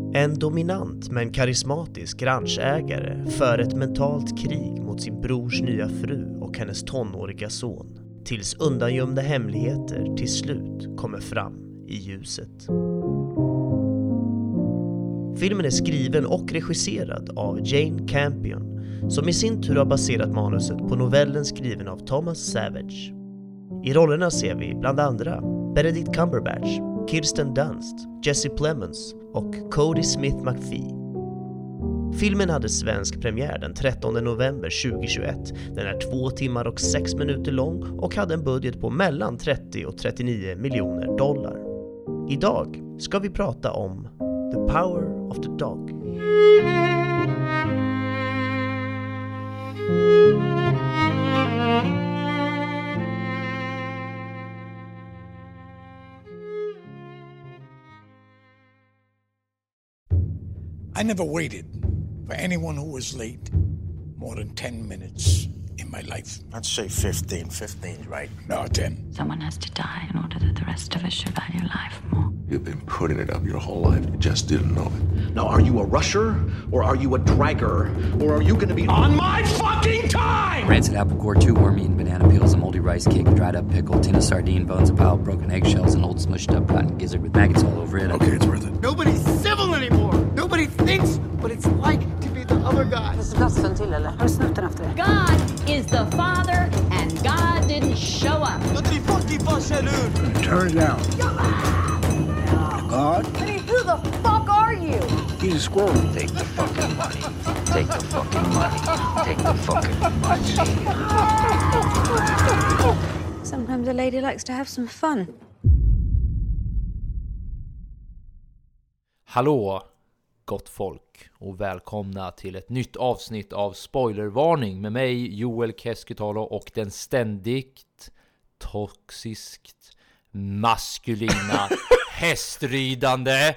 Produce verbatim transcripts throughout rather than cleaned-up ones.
En dominant men karismatisk ranchägare för ett mentalt krig mot sin brors nya fru och hennes tonåriga son, tills undangömda hemligheter till slut kommer fram i ljuset. Filmen är skriven och regisserad av Jane Campion, som i sin tur har baserat manuset på novellen skriven av Thomas Savage. I rollerna ser vi bland andra Benedict Cumberbatch, Kirsten Dunst, Jesse Plemons och Cody Smith McPhee. Filmen hade svensk premiär den trettonde november tjugohundratjugoett. Den är två timmar och sex minuter lång och hade en budget på mellan trettio och trettionio miljoner dollar. Idag ska vi prata om The Power of the Dog. I never waited for anyone who was late more than ten minutes in my life. I'd say fifteen. fifteen's right. No, ten. Someone has to die in order that the rest of us should value life more. You've been putting it up your whole life. You just didn't know it. Now, are you a rusher or are you a dragger? Or are you going to be on my fucking time? Rancid apple core, two worm-eaten banana peels, a moldy rice cake, a dried up pickle, tin of sardine bones, a pile of broken eggshells, an old smushed up cotton gizzard with maggots all over it. Okay, it's worth it. Nobody's civil anymore. Nobody thinks what it's like to be the other guy. Finns det glassen till eller? Har du snott den efter det? God is the father and God didn't show up. Turn it down. God? I mean, who the fuck are you? He's a squirrel. Take the fucking money. Take the fucking money. Take the fucking money. Sometimes a lady likes to have some fun. Hallå, gott folk, och välkomna till ett nytt avsnitt av Spoilervarning med mig, Joel Keskitalo, och den ständigt toxiskt maskulina hästridande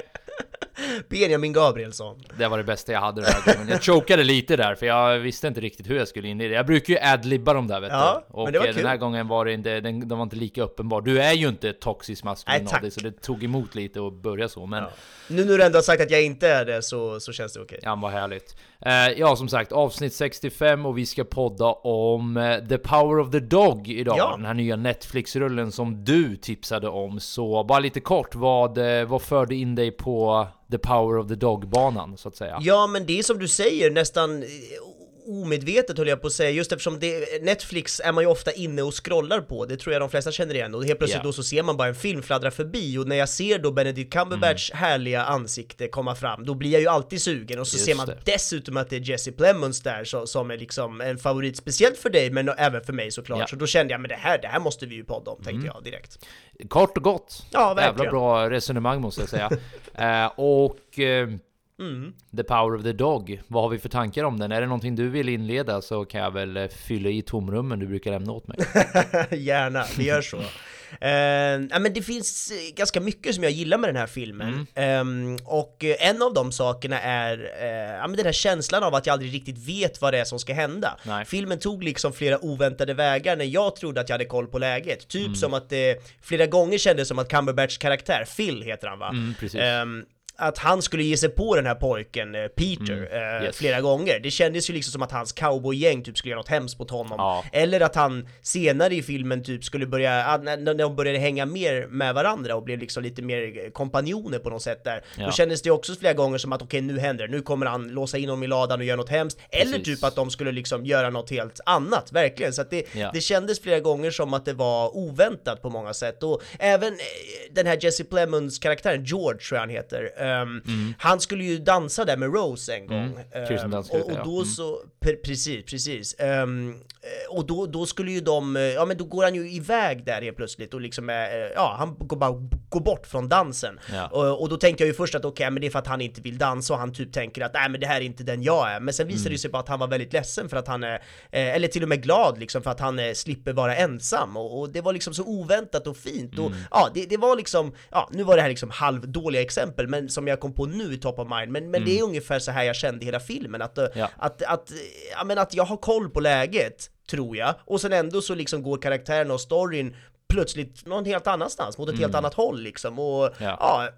Benjamin Gabrielsson. Det var det bästa jag hade den här gången. Jag chokade lite där för jag visste inte riktigt hur jag skulle in i det. Jag brukar ju adlibba dem där, vet ja, du. Och men det var den kul. här gången var det inte, den, den var inte lika uppenbar. Du är ju inte toxisk maskulin av dig, så det tog emot lite att börja så. Men ja. Nu när du ändå har sagt att jag inte är det, så, så känns det okej. Ja, vad härligt. Eh, ja, som sagt, avsnitt sextiofem, och vi ska podda om eh, The Power of the Dog idag. Ja. Den här nya Netflix-rullen som du tipsade om. Så bara lite kort, vad, eh, vad förde in dig på The Power of the Dog-banan, så att säga? Ja, men det är som du säger, nästan omedvetet höll jag på att säga, just eftersom det, Netflix är man ju ofta inne och scrollar på, det tror jag de flesta känner igen, och helt plötsligt yeah. då så ser man bara en film fladdra förbi, och när jag ser då Benedict Cumberbatch mm. härliga ansikte komma fram, då blir jag ju alltid sugen, och så just ser man det. Dessutom att det är Jesse Plemons där så, som är liksom en favorit, speciellt för dig men även för mig såklart, yeah. så då kände jag, men det här, det här måste vi ju podda om, tänkte mm. jag direkt. Kort och gott. Ja, verkligen. Jävla bra resonemang måste jag säga. uh, och uh, Mm. The Power of the Dog, vad har vi för tankar om den? Är det någonting du vill inleda, så kan jag väl fylla i tomrummen du brukar lämna åt mig. Gärna, vi gör så. Uh, ja, men det finns ganska mycket som jag gillar med den här filmen. Mm. Um, och en av de sakerna är uh, ja, men den här känslan av att jag aldrig riktigt vet vad det är som ska hända. Nej. Filmen tog liksom flera oväntade vägar när jag trodde att jag hade koll på läget. Typ mm. som att det uh, flera gånger kändes som att Cumberbatchs karaktär, Phil heter han va? Mm, precis. Um, att han skulle ge sig på den här pojken Peter mm, eh, yes. flera gånger. Det kändes ju liksom som att hans cowboygäng typ skulle göra något hemskt mot honom. Ja. Eller att han senare i filmen typ skulle börja, när, när de började hänga mer med varandra och blev liksom lite mer kompanjoner på något sätt där. Ja. Då kändes det också flera gånger som att okej, okay, nu händer det. Nu kommer han låsa in dem i ladan och göra något hemskt. Precis. Eller typ att de skulle liksom göra något helt annat, verkligen. Så att det, ja. det kändes flera gånger som att det var oväntat på många sätt. Och även den här Jesse Plemons karaktären, George tror jag han heter. Um, mm. Han skulle ju dansa där med Rose en gång. Mm. Um, och, och då så pre- precis, precis. Um, och då, då skulle ju de, ja men då går han ju iväg där helt plötsligt och liksom är, ja han går bara går bort från dansen. Ja. Och, och då tänkte jag ju först att okej, okay, men det är för att han inte vill dansa och han typ tänker att nej men det här är inte den jag är. Men sen visade mm. det sig på att han var väldigt ledsen för att han är, eller till och med glad liksom för att han är, slipper vara ensam. Och, och det var liksom så oväntat och fint. Mm. Och ja, det, det var liksom, ja nu var det här liksom halvdåliga exempel, men som jag kom på nu i top of mind, men, men mm. det är ungefär så här jag kände hela filmen, att, ja. att, att, ja, men att jag har koll på läget, tror jag, och sen ändå så liksom går karaktären och storyn plötsligt någon helt annanstans, mot ett mm. helt annat håll liksom, och ja, ja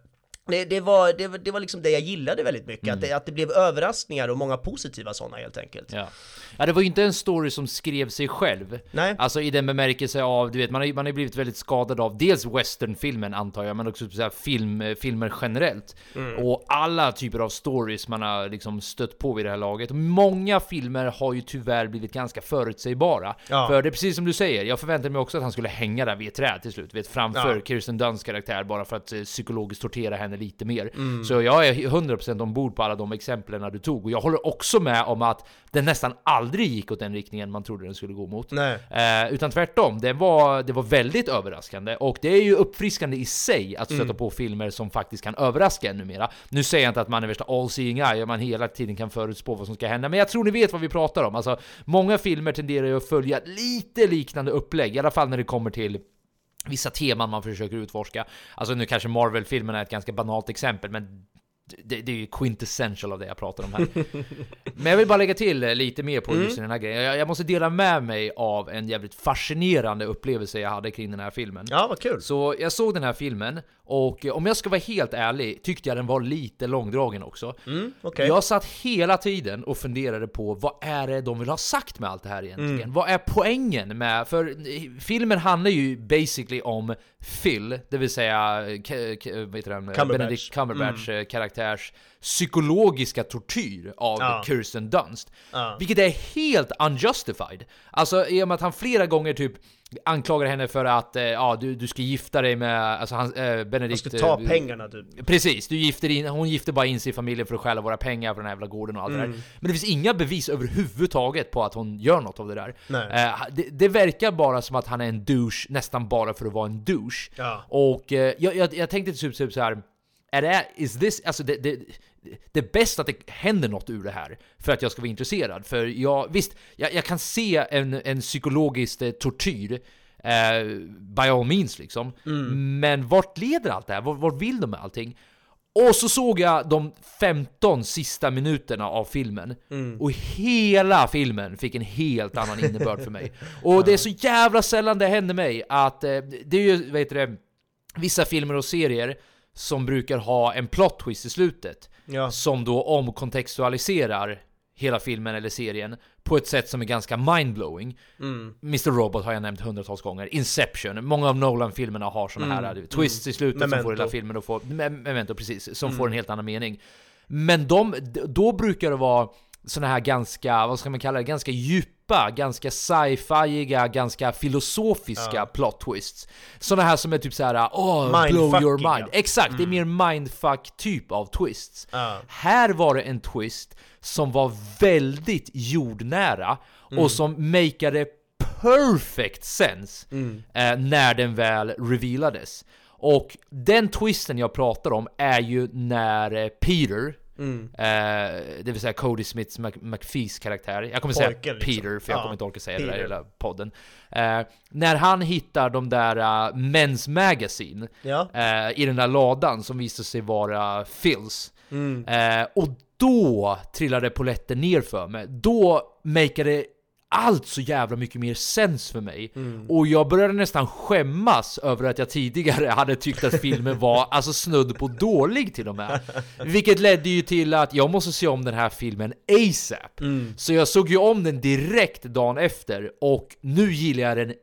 Det, det, var, det, var, det var liksom det jag gillade väldigt mycket, Mm. att, det, att det blev överraskningar och många positiva sådana helt enkelt. Ja. Ja, det var ju inte en story som skrev sig själv. Nej. Alltså i den bemärkelse av, du vet, man har ju man har blivit väldigt skadad av dels westernfilmen antar jag, men också så här, film, filmer generellt. Mm. Och alla typer av stories man har liksom stött på vid det här laget. Många filmer har ju tyvärr blivit ganska förutsägbara. Ja. För det är precis som du säger, jag förväntade mig också att han skulle hänga där vid ett träd till slut, vet, framför Ja. Kirsten Dunsts karaktär, bara för att eh, psykologiskt tortera henne lite mer. Mm. Så jag är hundra procent ombord på alla de exemplen du tog. Och jag håller också med om att den nästan aldrig gick åt den riktningen man trodde den skulle gå mot. Nej. Eh, utan tvärtom, det var, det var väldigt överraskande. Och det är ju uppfriskande i sig att stöta Mm. på filmer som faktiskt kan överraska ännu mera. Nu säger jag inte att man är värsta all-seeing eye och man hela tiden kan förutspå vad som ska hända. Men jag tror ni vet vad vi pratar om. Alltså, många filmer tenderar ju att följa lite liknande upplägg. I alla fall när det kommer till vissa teman man försöker utforska. Alltså nu kanske Marvel-filmerna är ett ganska banalt exempel, men det, det är ju quintessential av det jag pratar om här. Men jag vill bara lägga till lite mer på just den här grejen. Jag, jag måste dela med mig av en jävligt fascinerande upplevelse jag hade kring den här filmen. Ja, vad kul. Så jag såg den här filmen, och om jag ska vara helt ärlig tyckte jag den var lite långdragen också. Mm, okay. Jag satt hela tiden och funderade på vad är det de vill ha sagt med allt det här egentligen? Mm. Vad är poängen med, för filmen handlar ju basically om Phil, det vill säga k- k- vad heter den? Cumberbatch. Benedict Cumberbatch mm. karaktärs psykologiska tortyr av Ja. Kirsten Dunst. Ja. Vilket är helt unjustified. Alltså i och med att han flera gånger typ anklagar henne för att eh, ja, du, du ska gifta dig med alltså han, eh, Benedict. Du ska ta eh, pengarna typ. Precis, du gifter in, hon gifter bara in sig i familjen för att stjäla våra pengar för den här jävla gården och allt Mm. det där. Men det finns inga bevis överhuvudtaget på att hon gör något av det där. Nej. Eh, det, det verkar bara som att han är en douche, nästan bara för att vara en douche. Ja. Och eh, jag, jag, jag tänkte typ, typ så här. Är det, is this, alltså det, det, det är bäst att det händer något ur det här för att jag ska vara intresserad. För jag, visst, jag, jag kan se en, en psykologisk eh, tortyr eh, by all means liksom. Mm. Men vart leder allt det här? Vart, vart vill de med allting? Och så såg jag de femton sista minuterna av filmen. Mm. Och hela filmen fick en helt annan innebörd för mig. Och det är så jävla sällan det händer mig att eh, det är ju, vet du det, vissa filmer och serier som brukar ha en plot twist i slutet. Ja. Som då omkontextualiserar hela filmen eller serien på ett sätt som är ganska mindblowing. Mm. mister Robot har jag nämnt hundratals gånger. Inception, många av Nolan-filmerna har såna här mm. twists i slutet Memento. som får hela filmen att få Memento, precis, som Mm. får en helt annan mening. Men de, då brukar det vara såna här ganska, vad ska man kalla det, ganska djupa, ganska sci-fi-iga, ganska filosofiska ja. plot twists. Såna här som är typ så här, oh, blow your mind. Ja. Exakt, mm. det är mer mindfuck typ av twists. Ja. Här var det en twist som var väldigt jordnära mm. och som makeade perfect sense mm. eh, när den väl revealades. Och den twisten jag pratar om är ju när eh, Peter, mm. eh, det vill säga Cody Smiths Mc- McPhees karaktär, jag kommer Pojken, säga liksom. Peter för jag Ja, kommer inte orka säga Peter. det där i hela podden. Eh, när han hittar de där uh, Men's Magazine ja. eh, i den där ladan som visar sig vara Phils. Mm. Eh, och då trillade poletten ner för mig. Då makeade allt så jävla mycket mer sens för mig. Mm. Och jag började nästan skämmas över att jag tidigare hade tyckt att filmen var alltså snudd på dålig till och med. Vilket ledde ju till att jag måste se om den här filmen ASAP. Mm. Så jag såg ju om den direkt dagen efter och nu gillar jag den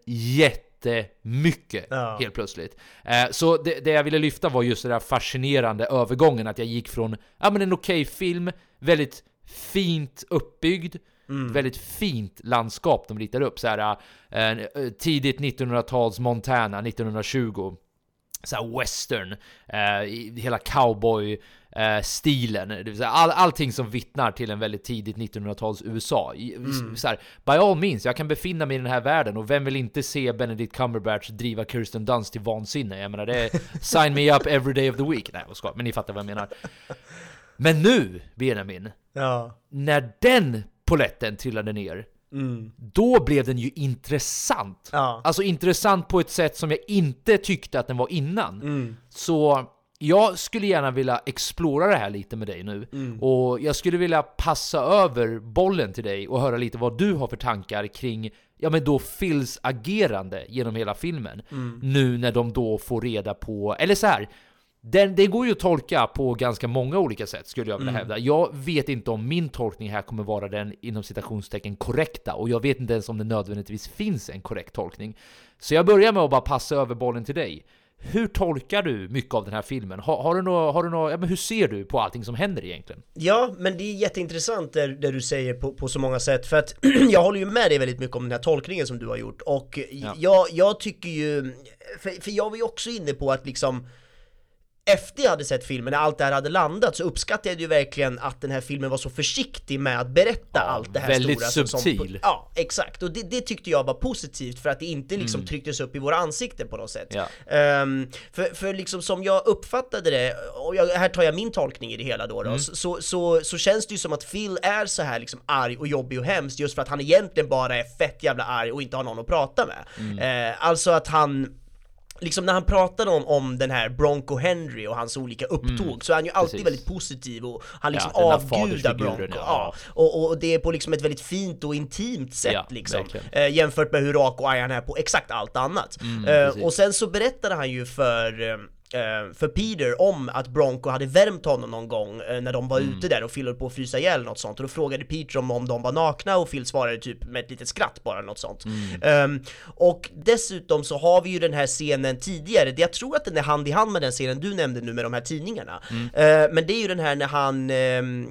jättemycket ja. helt plötsligt. Eh, så det, det jag ville lyfta var just den där fascinerande övergången, att jag gick från ja, men en okej film, väldigt fint uppbyggd, mm. väldigt fint landskap de ritar upp, så här, eh, tidigt nittonhundratals Montana, nittonhundratjugo, så här western, eh, hela cowboy eh, stilen, det vill säga all, allting som vittnar till en väldigt tidigt nittonhundratals U S A. Mm. Så här, by all means, jag kan befinna mig i den här världen, och vem vill inte se Benedict Cumberbatch driva Kirsten Dunst till vansinne? Jag menar, det är sign me up every day of the week. Nej, vad ska, men ni fattar vad jag menar. Men nu, Benjamin, ja. när den poletten trillade ner, mm. då blev den ju intressant. Ja. Alltså intressant på ett sätt som jag inte tyckte att den var innan. Mm. Så jag skulle gärna vilja explora det här lite med dig nu. Mm. Och jag skulle vilja passa över bollen till dig och höra lite vad du har för tankar kring, ja men då Phils agerande genom hela filmen. Mm. Nu när de då får reda på, eller så här, Den, det går ju att tolka på ganska många olika sätt, skulle jag vilja Mm. hävda. Jag vet inte om min tolkning här kommer vara den inom citationstecken korrekta, och jag vet inte ens om det nödvändigtvis finns en korrekt tolkning. Så jag börjar med att bara passa över bollen till dig. Hur tolkar du mycket av den här filmen? Har, har du något, har du något, ja, men hur ser du på allting som händer egentligen? Ja, men det är jätteintressant det, det du säger på, på så många sätt. För att jag håller ju med dig väldigt mycket om den här tolkningen som du har gjort. Och Ja. jag, jag tycker ju, för, för jag var ju också inne på att liksom efter jag hade sett filmen, när allt det här hade landat, så uppskattade jag ju verkligen att den här filmen var så försiktig med att berätta Ja, allt det här väldigt stora. subtil. Som, ja, exakt. Och det, det tyckte jag var positivt, för att det inte liksom Mm. trycktes upp i våra ansikten på något sätt. Ja. Ehm, för, för liksom som jag uppfattade det, och jag, här tar jag min tolkning i det hela då, då Mm. så, så, så, så känns det ju som att Phil är så här liksom arg och jobbig och hemskt just för att han egentligen bara är fett jävla arg och inte har någon att prata med. Mm. Ehm, alltså att han liksom när han pratar om, om den här Bronco Henry och hans olika upptåg, Mm, så är han ju alltid precis. väldigt positiv och han liksom Ja, den här avgudar fadersfiguren, Bronco. ja. Ja. Och, och det är på liksom ett väldigt fint och intimt sätt Ja, liksom. verkligen. Eh, jämfört med hur rak och arg han är på exakt allt annat. Mm, eh, precis. och sen så berättade han ju för eh, för Peter om att Bronco hade värmt honom någon gång eh, när de var Mm. ute där och Phil höll på att frysa ihjäl något sånt, och då frågade Peter om, om de var nakna och Phil svarade typ med ett litet skratt bara, något sånt. Mm. Um, och dessutom så har vi ju den här scenen tidigare, det jag tror att den är hand i hand med den scenen du nämnde nu med de här tidningarna. Mm. Uh, men det är ju den här när han um,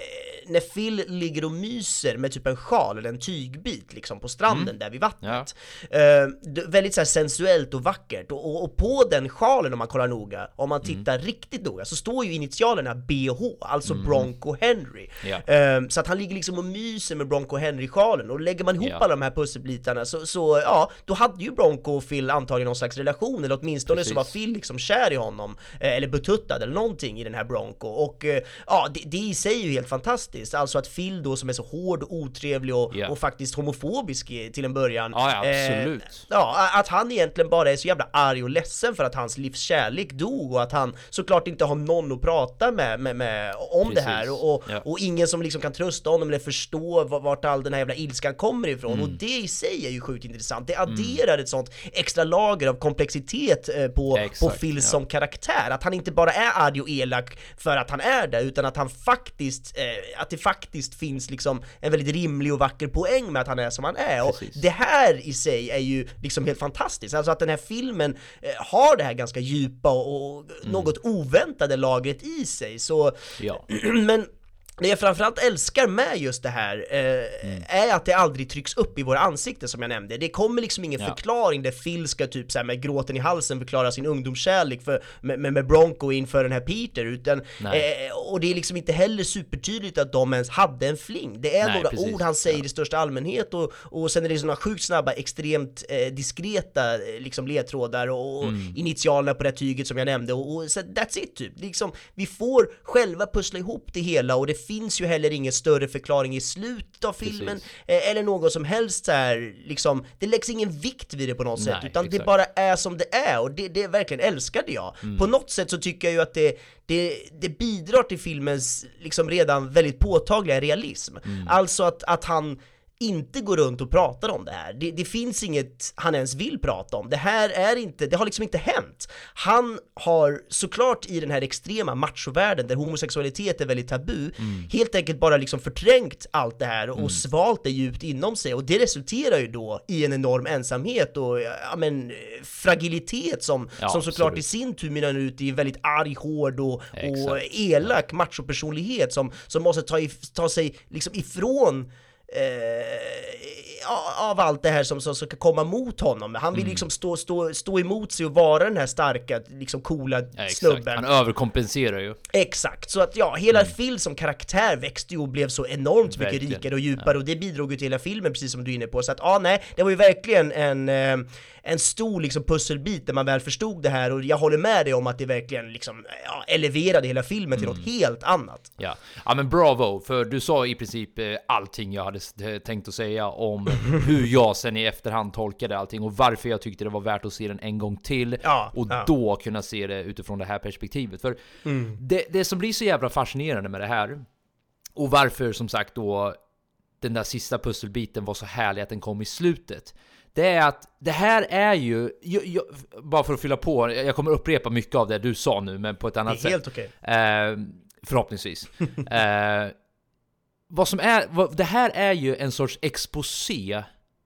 när Phil ligger och myser med typ en sjal eller en tygbit liksom på stranden Mm. där vid vattnet. Eh, d- väldigt så här sensuellt och vackert, och, och, och på den sjalen, om man kollar noga, om man tittar Mm. riktigt noga, så står ju initialerna B H, alltså Bronco Henry. Ja. Eh, så att han ligger liksom och myser med Bronco Henry-sjalen, och lägger man ihop Ja. alla de här pusselbitarna så, så ja, då hade ju Bronco och Phil antagligen någon slags relation, eller åtminstone så var Precis. Phil liksom kär i honom, eh, eller betuttad eller någonting i den här Bronco. Och eh, ja, det, det i sig är ju helt fantastiskt. Alltså att Phil då, som är så hård och otrevlig och, Ja. och faktiskt homofobisk i- till en början, Ja, ja, absolut. Eh, ja, att han egentligen bara är så jävla arg och ledsen för att hans livs kärlek dog, och att han såklart inte har någon att prata med, med, med om Precis. det här, och, och, Ja. och ingen som liksom kan trösta honom eller förstå var- vart all den här jävla ilskan kommer ifrån. Mm. Och det i sig är ju sjukt intressant. Det adderar ett sånt extra lager av komplexitet eh, på, Exakt, på Phil ja. som karaktär. Att han inte bara är arg och elak för att han är det, utan att han faktiskt, eh, att det faktiskt finns liksom en väldigt rimlig och vacker poäng med att han är som han är. Och Precis. det här i sig är ju liksom helt fantastiskt. Alltså att den här filmen eh, har det här ganska djupa och, och något oväntade lagret i sig. Så, Ja. men det jag framförallt älskar med just det här eh, Mm. är att det aldrig trycks upp i våra ansikten, som jag nämnde. Det kommer liksom ingen Ja. förklaring där Phil ska typ så här med gråten i halsen förklara sin ungdomskärlek för, med, med, med Bronco inför den här Peter, utan eh, och det är liksom inte heller supertydligt att de ens hade en fling. Det är Nej, några precis. ord han säger Ja. i största allmänhet, och, och sen är det såna sjukt snabba, extremt eh, diskreta eh, liksom ledtrådar och Mm. initialerna på det här tyget som jag nämnde, och, och så that's it typ. Liksom, vi får själva pussla ihop det hela, och det finns ju heller ingen större förklaring i slutet av filmen, Precis. eh, eller något som helst så här, liksom, det läggs ingen vikt vid det på något Nej, sätt, utan det exakt. bara är som det är, och det, det verkligen älskade jag. Mm. På något sätt så tycker jag ju att det, det, det bidrar till filmens liksom redan väldigt påtagliga realism. Mm. Alltså att, att han inte går runt och pratar om det här. Det, det finns inget han ens vill prata om. Det här är inte, det har liksom inte hänt. Han har såklart i den här extrema machovärlden där homosexualitet är väldigt tabu, Mm. helt enkelt bara liksom förträngt allt det här och svalt det djupt inom sig, och det resulterar ju då i en enorm ensamhet och ja, men, fragilitet som, Ja, som såklart absolut. i sin tur mynnar ut i väldigt arg, hård och, och Exakt. elak machopersonlighet som, som måste ta, i, ta sig liksom ifrån Eh, av allt det här som, som ska komma mot honom. Han vill Mm. liksom stå, stå, stå emot sig och vara den här starka, liksom coola Ja, exakt. snubben. Han överkompenserar ju. Exakt, så att ja, hela Phil som karaktär växte ju och blev så enormt mycket Verkligen. rikare och djupare, och det bidrog ju till hela filmen, precis som du är inne på. Så att ja, nej, det var ju verkligen en, eh, en stor liksom pusselbit där man väl förstod det här, och jag håller med dig om att det verkligen liksom ja, eleverade hela filmen till något helt annat. Ja. ja, men bravo, för du sa i princip eh, allting jag hade s- tänkt att säga om hur jag sen i efterhand tolkade allting och varför jag tyckte det var värt att se den en gång till, Ja, och ja. då kunna se det utifrån det här perspektivet. För Mm. det, det som blir så jävla fascinerande med det här, och varför som sagt då den där sista pusselbiten var så härlig att den kom i slutet, det är att det här är ju, jag, jag, bara för att fylla på, jag kommer upprepa mycket av det du sa nu, men på ett annat sätt. Det är helt okej. Eh, förhoppningsvis. eh, vad som är, vad, det här är ju en sorts exposé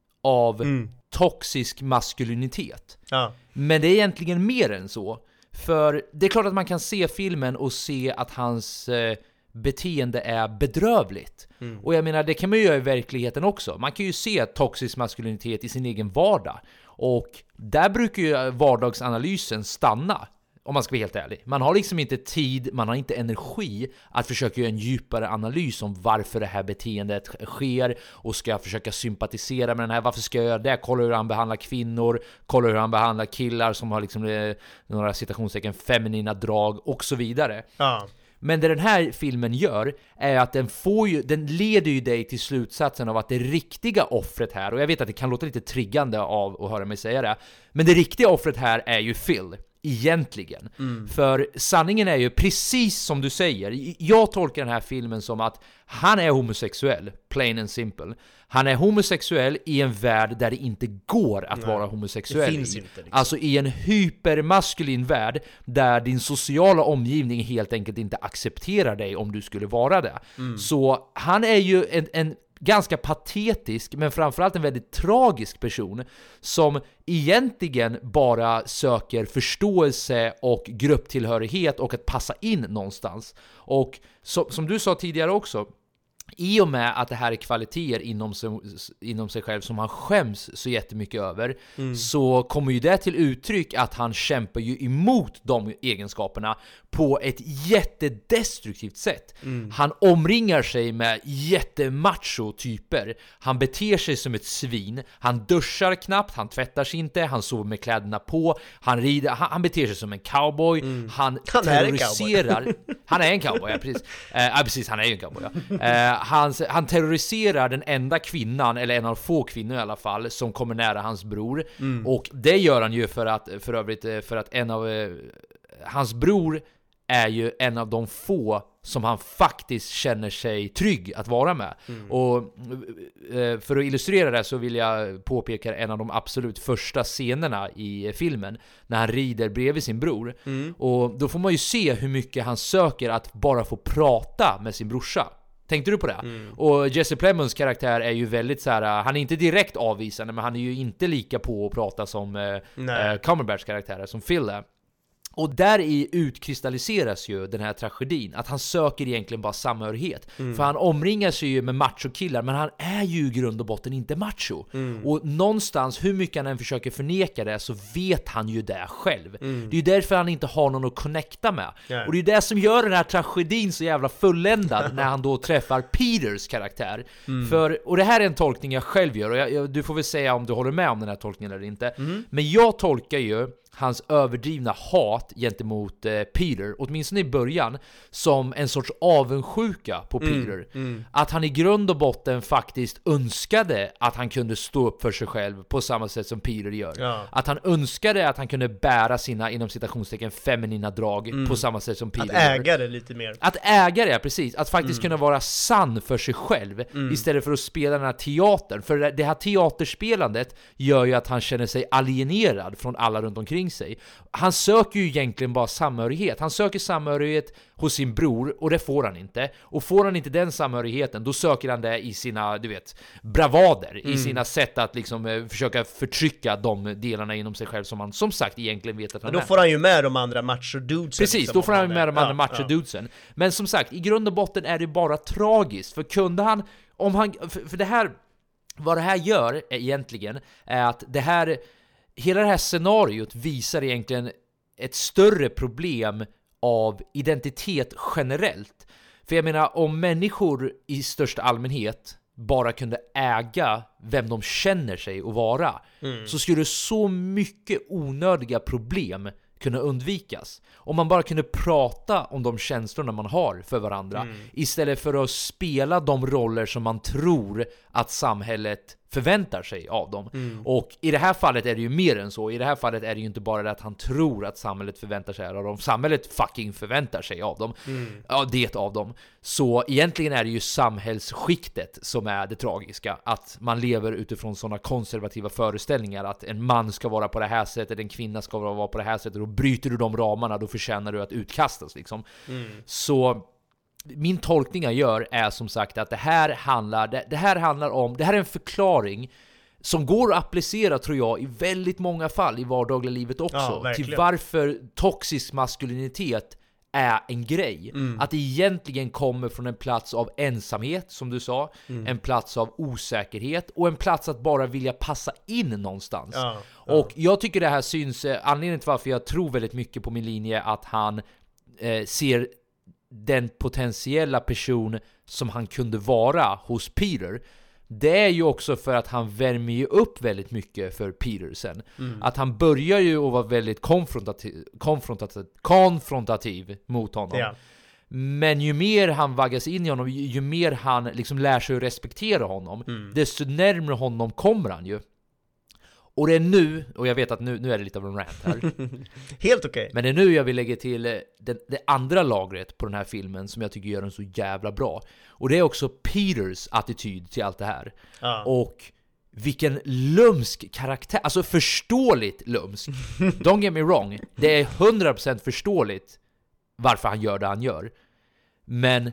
av mm. toxisk maskulinitet. Ja. Men det är egentligen mer än så. För det är klart att man kan se filmen och se att hans eh, beteende är bedrövligt. Mm. Och jag menar, det kan man ju göra i verkligheten också. Man kan ju se toxisk maskulinitet i sin egen vardag. Och där brukar ju vardagsanalysen stanna, om man ska vara helt ärlig. Man har liksom inte tid, man har inte energi att försöka göra en djupare analys om varför det här beteendet sker och ska försöka sympatisera med den här. Varför ska jag göra det? Kolla hur han behandlar kvinnor, kolla hur han behandlar killar som har liksom eh, några citationstecken feminina drag och så vidare. Ja. Men det den här filmen gör är att den får ju, den leder ju dig till slutsatsen av att det riktiga offret här, och jag vet att det kan låta lite triggande av att höra mig säga det, men det riktiga offret här är ju Phil. Egentligen. Mm. För sanningen är ju precis som du säger. Jag tolkar den här filmen som att han är homosexuell, plain and simple. Han är homosexuell i en värld där det inte går att Nej, vara homosexuell. Det finns inte, liksom. Alltså i en hypermaskulin värld där din sociala omgivning helt enkelt inte accepterar dig om du skulle vara det. Mm. Så han är ju en, en ganska patetisk, men framförallt en väldigt tragisk person som egentligen bara söker förståelse och grupptillhörighet och att passa in någonstans. Och så, som du sa tidigare också, i och med att det här är kvaliteter inom sig, inom sig själv som han skäms så jättemycket över, mm. så kommer ju det till uttryck att han kämpar ju emot de egenskaperna på ett jättedestruktivt sätt. Mm. Han omringar sig med jättemacho-typer. Han beter sig som ett svin. Han duschar knappt, han tvättar sig inte, han sover med kläderna på, han rider, han, han beter sig som en cowboy. Mm. Han, han terroriserar. Är han är en cowboy, ja precis. Eh, ja, precis, han är ju en cowboy. Ja. Eh, han, han terroriserar den enda kvinnan, eller en av få kvinnor i alla fall, som kommer nära hans bror. Mm. Och det gör han ju för att, för övrigt, för att en av eh, hans bror är ju en av de få som han faktiskt känner sig trygg att vara med. Mm. Och eh, för att illustrera det så vill jag påpeka en av de absolut första scenerna i filmen när han rider bredvid sin bror. Mm. Och då får man ju se hur mycket han söker att bara få prata med sin brorsa. Tänkte du på det? Mm. Och Jesse Plemons karaktär är ju väldigt så här, han är inte direkt avvisande, men han är ju inte lika på att prata som eh, Cumberbatchs karaktärer, som Phil är. Och där i utkristalliseras ju den här tragedin, att han söker egentligen bara samhörighet. Mm. För han omringar sig ju med macho-killar, men han är ju i grund och botten inte macho. Mm. Och någonstans, hur mycket han än försöker förneka det, så vet han ju det själv. Mm. Det är ju därför han inte har någon att connecta med. Yeah. Och det är det som gör den här tragedin så jävla fulländad när han då träffar Peters karaktär. Mm. För, och det här är en tolkning jag själv gör, och jag, jag, du får väl säga om du håller med om den här tolkningen eller inte. Mm. Men jag tolkar ju hans överdrivna hat gentemot eh, Peter, åtminstone i början, som en sorts avundsjuka på Peter. Mm, mm. Att han i grund och botten faktiskt önskade att han kunde stå upp för sig själv på samma sätt som Peter gör. Ja. Att han önskade att han kunde bära sina, inom citationstecken, feminina drag mm. på samma sätt som Peter Att äga gör. det lite mer. Att äga det, precis. Att faktiskt mm. kunna vara sann för sig själv mm. istället för att spela den här teatern. För det här teaterspelandet gör ju att han känner sig alienerad från alla runt omkring sig. Han söker ju egentligen bara samhörighet. Han söker samhörighet hos sin bror, och det får han inte. Och får han inte den samhörigheten, då söker han det i sina, du vet, bravader, mm. i sina sätt att liksom eh, försöka förtrycka de delarna inom sig själv som han som sagt egentligen vet att han är. Då får han ju med de andra macho-dudesen. Precis, liksom, då får han med de andra ja, macho-dudesen. Ja. Men som sagt, i grund och botten är det bara tragiskt. För kunde han, om han, för, för det här, vad det här gör är egentligen är att det här, hela det här scenariot visar egentligen ett större problem av identitet generellt. För jag menar, om människor i största allmänhet bara kunde äga vem de känner sig och vara, mm. så skulle så mycket onödiga problem kunna undvikas. Om man bara kunde prata om de känslorna man har för varandra, mm. istället för att spela de roller som man tror att samhället förväntar sig av dem. Mm. Och i det här fallet är det ju mer än så. I det här fallet är det ju inte bara det att han tror att samhället förväntar sig av dem. Samhället fucking förväntar sig av dem. Mm. Ja, det av dem. Så egentligen är det ju samhällsskiktet som är det tragiska. Att man lever utifrån sådana konservativa föreställningar att en man ska vara på det här sättet, en kvinna ska vara på det här sättet, och bryter du de ramarna, då förtjänar du att utkastas liksom. Mm. Så min tolkning jag gör är som sagt att det här handlar det, det här handlar om, det här är en förklaring som går att applicera, tror jag, i väldigt många fall i vardagliga livet också, ja, till varför toxisk maskulinitet är en grej. Mm. Att det egentligen kommer från en plats av ensamhet, som du sa, mm. en plats av osäkerhet och en plats att bara vilja passa in någonstans. Ja, ja. Och jag tycker det här syns, anledningen till varför jag tror väldigt mycket på min linje, att han eh, ser den potentiella person som han kunde vara hos Peter. Det är ju också för att han värmer ju upp väldigt mycket för Peter sen. Mm. Att han börjar ju att vara väldigt konfrontativ, konfrontativ, konfrontativ mot honom. Ja. Men ju mer han vaggas in i honom, ju, ju mer han liksom lär sig att respektera honom, mm. desto närmare honom kommer han ju. Och det är nu, och jag vet att nu, nu är det lite av en rant här. Helt okej. Okay. Men det är nu jag vill lägga till det, det andra lagret på den här filmen som jag tycker gör den så jävla bra. Och det är också Peters attityd till allt det här. Ja. Och vilken lumsk karaktär, alltså förståeligt lumsk. Don't get me wrong, det är hundra procent förståeligt varför han gör det han gör. Men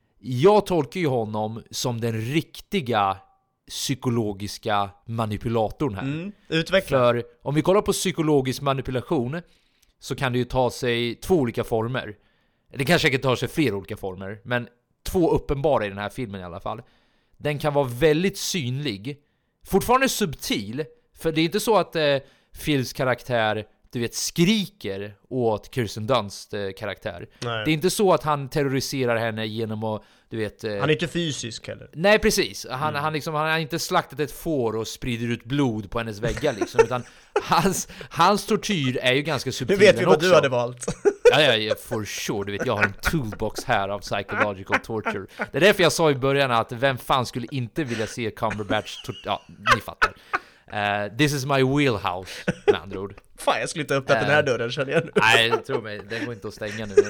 jag tolkar ju honom som den riktiga psykologiska manipulatorn här. Mm, utveckla. För om vi kollar på psykologisk manipulation så kan det ju ta sig två olika former. Det kanske säkert tar sig flera olika former, men två uppenbara i den här filmen i alla fall. Den kan vara väldigt synlig, fortfarande subtil, för det är inte så att eh, Phils karaktär, du vet, skriker åt Kirsten Dunsts eh, karaktär. Nej. Det är inte så att han terroriserar henne genom att, du vet... Eh, han är inte fysisk heller. Nej, precis. Han, mm. han, liksom, han har inte slaktat ett får och sprider ut blod på hennes väggar liksom, utan hans, hans tortyr är ju ganska subtil. Nu vet vi vad också. Du hade valt. Ja, ja, ja, for sure. Du vet, jag har en toolbox här av psychological torture. Det är därför jag sa i början att vem fan skulle inte vilja se Cumberbatch tor- ja, ni fattar. Uh, this is my wheelhouse, med andra ord. Fan, jag skulle inte öppna uh, den här dörren, känner jag nu. Nej, tro mig, den går inte att stänga nu. Uh,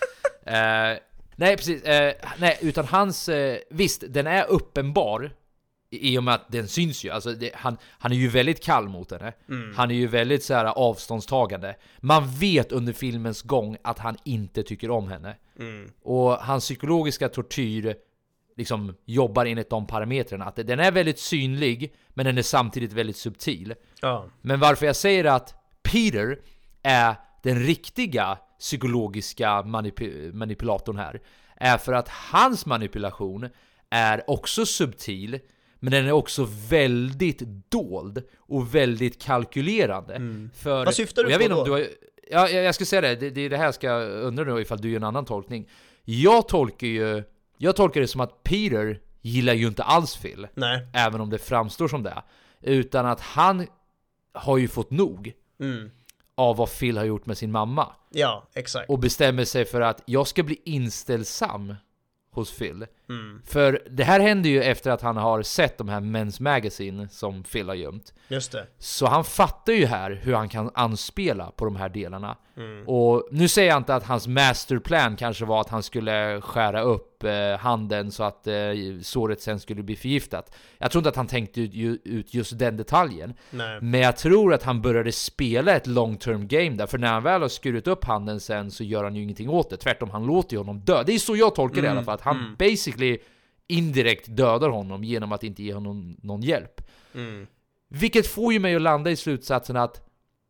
nej, precis. Uh, nej, utan hans... Uh, visst, den är uppenbar i och med att den syns ju. Alltså, det, han, han är ju väldigt kall mot henne. Mm. Han är ju väldigt så här avståndstagande. Man vet under filmens gång att han inte tycker om henne. Mm. Och hans psykologiska tortyr liksom jobbar enligt de parametrarna. Att den är väldigt synlig, men den är samtidigt väldigt subtil. Ja. Men varför jag säger att Peter är den riktiga psykologiska manip- manipulatorn här är för att hans manipulation är också subtil, men den är också väldigt dold och väldigt kalkylerande. Mm. För, vad syftar du jag på vet då? Om du har, ja, jag ska säga det. det. Det är det här jag ska undra nu ifall du gör en annan tolkning. Jag tolkar ju Jag tolkar det som att Peter gillar ju inte alls Phil. Nej. Även om det framstår som det. Utan att han har ju fått nog mm. av vad Phil har gjort med sin mamma. Ja, exakt. Och bestämmer sig för att jag ska bli inställsam hos Phil. Mm. För det här händer ju efter att han har sett de här Men's Magazine som Phil har gömt. Just det. Så han fattar ju här hur han kan anspela på de här delarna. Mm. Och nu säger jag inte att hans masterplan kanske var att han skulle skära upp eh, handen så att eh, såret sen skulle bli förgiftat. Jag tror inte att han tänkte ut, ut just den detaljen. Nej. Men jag tror att han började spela ett long term game där. För när han väl har skurit upp handen sen så gör han ju ingenting åt det. Tvärtom, han låter ju honom dö. Det är så jag tolkar det mm. i alla fall. Att han mm. basically indirekt dödar honom genom att inte ge honom någon hjälp. Mm. Vilket får ju mig att landa i slutsatsen att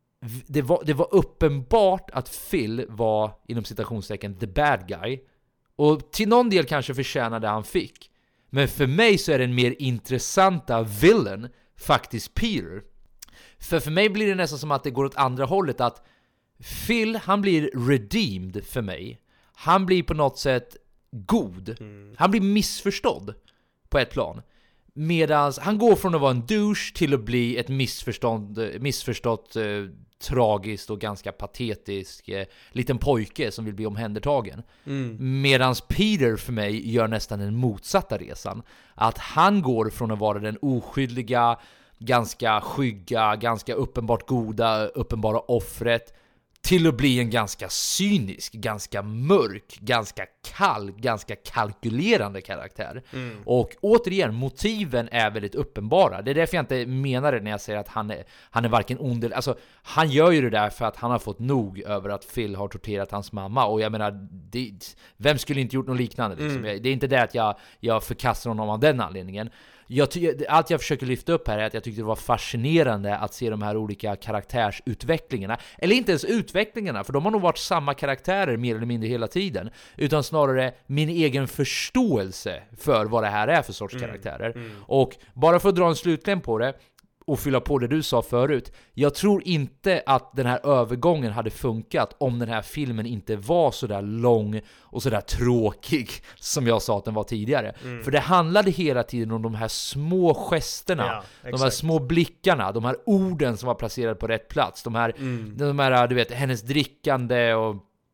det var, det var uppenbart att Phil var, inom citationstecken, the bad guy. Och till någon del kanske förtjänade han fick. Men för mig så är den mer intressanta villain faktiskt Peter. För för mig blir det nästan som att det går åt andra hållet. Att Phil, han blir redeemed för mig. Han blir på något sätt god. Mm. Han blir missförstådd på ett plan. Medan han går från att vara en douche till att bli ett missförstånd, missförstått uh, tragiskt och ganska patetisk eh, liten pojke som vill bli omhändertagen. Mm. Medans Peter för mig gör nästan den motsatta resan. Att han går från att vara den oskyldiga, ganska skygga, ganska uppenbart goda, uppenbara offret till att bli en ganska cynisk, ganska mörk, ganska kall, ganska kalkylerande karaktär. Mm. Och återigen, motiven är väldigt uppenbara. Det är därför jag inte menar det när jag säger att han är, han är varken ond eller... Alltså, han gör ju det där för att han har fått nog över att Phil har torterat hans mamma. Och jag menar, det, vem skulle inte gjort något liknande? Liksom? Mm. Det är inte det att jag, jag förkastar honom av den anledningen. Jag ty- allt jag försöker lyfta upp här är att jag tyckte det var fascinerande att se de här olika karaktärsutvecklingarna. Eller inte ens utvecklingarna, för de har nog varit samma karaktärer mer eller mindre hela tiden. Utan snarare min egen förståelse för vad det här är för sorts mm. karaktärer. Mm. Och bara för att dra en slutkläm på det och fylla på det du sa förut. Jag tror inte att den här övergången hade funkat om den här filmen inte var så där lång och så där tråkig som jag sa att den var tidigare. Mm. För det handlade hela tiden om de här små gesterna, ja, de här små blickarna, de här orden som var placerade på rätt plats, de här, mm. de här du vet, hennes drickande och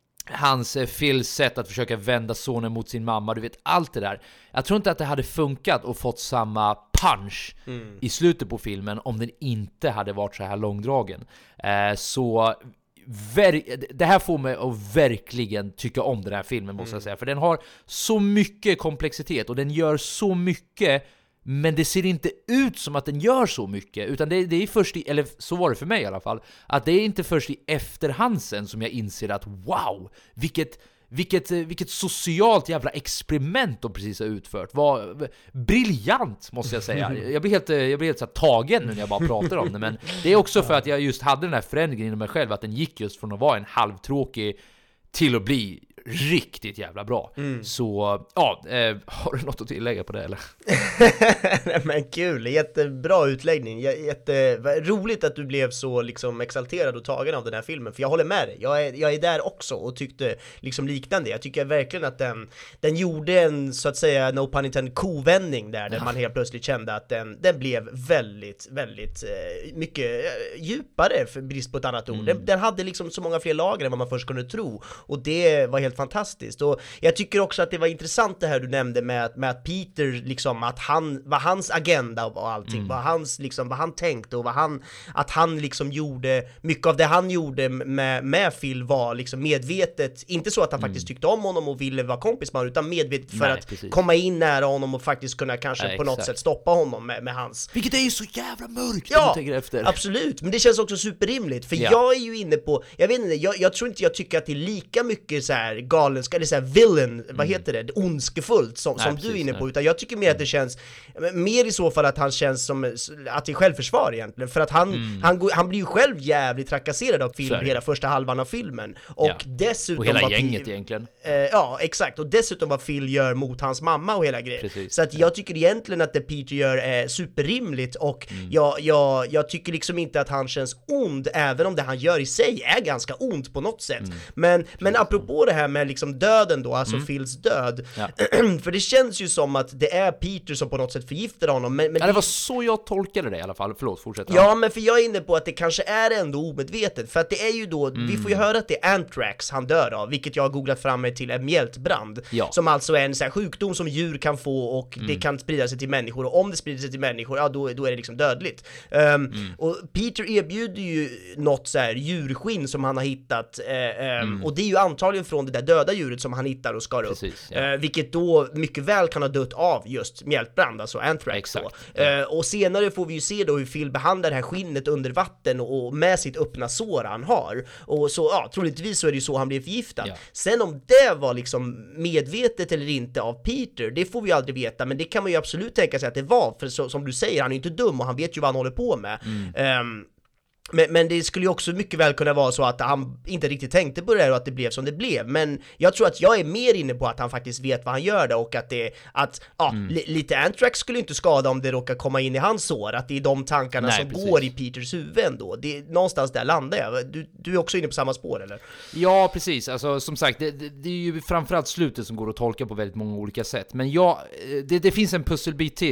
hans Phils sätt att försöka vända sonen mot sin mamma, du vet, allt det där. Jag tror inte att det hade funkat och fått samma punch mm. i slutet på filmen om den inte hade varit så här långdragen. Eh, så ver- det här får mig att verkligen tycka om den här filmen, måste mm. jag säga. För den har så mycket komplexitet och den gör så mycket. Men det ser inte ut som att den gör så mycket, utan det, det är först i, eller så var det för mig i alla fall, att det är inte först i efterhand sen som jag inser att wow, vilket, vilket, vilket socialt jävla experiment de precis har utfört. Var briljant, måste jag säga. Jag blir helt, jag blir helt så här tagen nu när jag bara pratar om det, men det är också för att jag just hade den här förändringen inom mig själv, att den gick just från att vara en halvtråkig till att bli riktigt jävla bra. Mm. Så, ja, eh, har du något att tillägga på det eller? Nej, men kul, jättebra utläggning. Jätte, roligt att du blev så liksom exalterad och tagen av den här filmen, för jag håller med dig. Jag är, jag är där också och tyckte liksom liknande. Jag tycker verkligen att den, den gjorde en, så att säga, no pun intended, kovändning där, där ja. man helt plötsligt kände att den, den blev väldigt, väldigt eh, mycket eh, djupare, för brist på ett annat ord. Mm. Den, den hade liksom så många fler lager än vad man först kunde tro, och det var helt fantastiskt. Och jag tycker också att det var intressant det här du nämnde med, med att Peter liksom, att han, vad hans agenda och allting, mm. vad hans liksom, vad han tänkte och vad han, att han liksom gjorde, mycket av det han gjorde med, med Phil var liksom medvetet, inte så att han mm. faktiskt tyckte om honom och ville vara kompis med honom, utan medvetet för Nej, att precis. komma in nära honom och faktiskt kunna kanske Nej, på något exakt. sätt stoppa honom med, med hans. Vilket är ju så jävla mörkt. Ja, efter. Absolut, men det känns också superrimligt, för ja. jag är ju inne på, jag vet inte, jag, jag tror inte jag tycker att det är lika mycket så här galenska, eller så här villain, mm. vad heter det, ondskefullt som, nej, som precis, du är inne på, nej. utan jag tycker mer att det känns mer i så fall att han känns som att det är självförsvar egentligen, för att han, mm. han, han blir ju själv jävligt trakasserad av film hela första halvan av filmen, och ja. dessutom och hela gänget Phil, egentligen eh, ja, exakt, och dessutom vad Phil gör mot hans mamma och hela grejen, precis, så att ja. jag tycker egentligen att det Peter gör är superrimligt, och mm. jag, jag, jag tycker liksom inte att han känns ond, även om det han gör i sig är ganska ont på något sätt, mm. men, men apropå det här med liksom döden då, alltså mm. Phils död, ja. för det känns ju som att det är Peter som på något sätt förgiftar honom, men, men ja, det var så jag tolkade det i alla fall, förlåt, fortsätt. Ja, men för jag är inne på att det kanske är ändå omedvetet, för att det är ju då, mm. vi får ju höra att det är anthrax han dör av, vilket jag har googlat fram mig till, en mjältbrand, ja. som alltså är en sån här sjukdom som djur kan få, och mm. det kan sprida sig till människor, och om det sprider sig till människor, ja då, då är det liksom dödligt. Um, mm. Och Peter erbjuder ju något så här djurskinn som han har hittat, uh, um, mm. och det är ju antagligen från det där döda djuret som han hittar och skar upp, Precis, ja. uh, vilket då mycket väl kan ha dött av just mjältbrand, alltså anthrax. Exakt, då. Ja. Uh, och senare får vi ju se då hur Phil behandlar det här skinnet under vatten och, och med sitt öppna sår han har, och så, ja, troligtvis så är det ju så han blir förgiftad. Ja. Sen om det var liksom medvetet eller inte av Peter, det får vi aldrig veta, men det kan man ju absolut tänka sig att det var, för så, som du säger, han är inte dum och han vet ju vad han håller på med. Mm. Um, Men, men det skulle ju också mycket väl kunna vara så att han inte riktigt tänkte på det här och att det blev som det blev. Men jag tror att jag är mer inne på att han faktiskt vet vad han gör det, och att det, att ja, mm. li, lite anthrax skulle inte skada om det råkar komma in i hans sår, att det är de tankarna Nej, som precis. går i Peters huvud ändå. Det är någonstans där landar jag. Du, du är också inne på samma spår, eller? Ja, precis. Alltså, som sagt, det, det, det är ju framförallt slutet som går att tolka på väldigt många olika sätt. Men ja, det, det finns en pusselbit till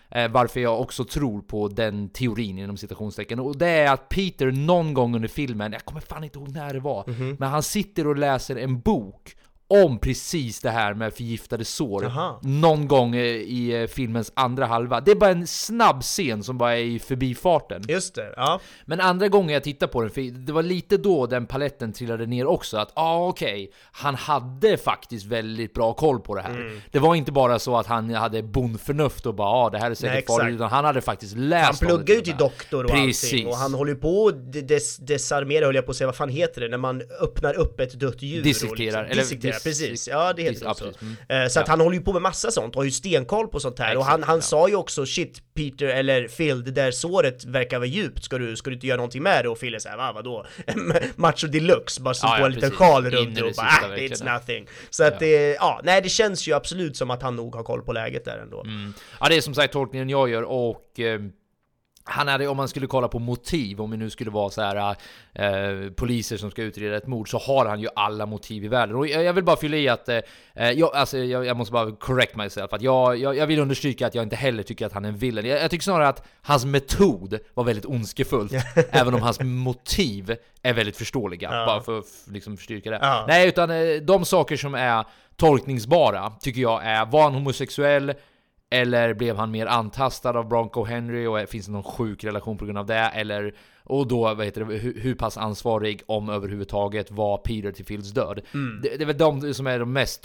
eh, varför jag också tror på den teorin inom citationstecken. Och det är att Peter någon gång under filmen, jag kommer fan inte ihåg när det var, mm-hmm. men han sitter och läser en bok om precis det här med förgiftade sår. Aha. Någon gång i filmens andra halva. Det är bara en snabb scen som bara är i förbifarten. Just det, ja. Men andra gången jag tittade på den, för det var lite då den paletten trillade ner också, att ja ah, okej, okay, han hade faktiskt väldigt bra koll på det här. Mm. Det var inte bara så att han hade bondförnuft och bara ja ah, det här är säkert farligt, utan han hade faktiskt läst. Han pluggar ju till doktor och precis. Allting, och han håller ju på des desarmera, höll jag på att säga, vad fan heter det när man öppnar upp ett dött djur? Dissekterar, liksom, dissekterar. Precis, ja det heter det så. Mm. Så att ja. han håller ju på med massa sånt och har ju stenkoll på sånt här. Exakt, och han, han ja. sa ju också, shit Peter eller Phil, det där såret verkar vara djupt, ska du, ska du inte göra någonting med det? Och Phil är såhär, va, vadå? Macho deluxe, bara så ja, på ja, en liten sjal runt det och bara, ah, it's nothing. Så att ja. det, ja, nej det känns ju absolut som att han nog har koll på läget där ändå. Mm. Ja det är som sagt tolkningen jag gör och... Eh, han hade, om man skulle kolla på motiv, om det nu skulle vara så här eh, poliser som ska utreda ett mord, så har han ju alla motiv i världen. Och jag, jag vill bara fylla i att eh, jag, alltså, jag, jag måste bara correct myself, att jag, jag, jag vill understryka att jag inte heller tycker att han är en villain. Jag, jag tycker snarare att hans metod var väldigt ondskefullt, även om hans motiv är väldigt förståeliga, ja. bara för att liksom förstyrka det. Ja. Nej, utan eh, de saker som är tolkningsbara tycker jag är, var han homosexuell? Eller blev han mer antastad av Bronco Henry och finns det någon sjuk relation på grund av det? Eller, och då, vad heter det, hur, hur pass ansvarig om överhuvudtaget var Peter till Phils död? Mm. Det, det är väl de som är de mest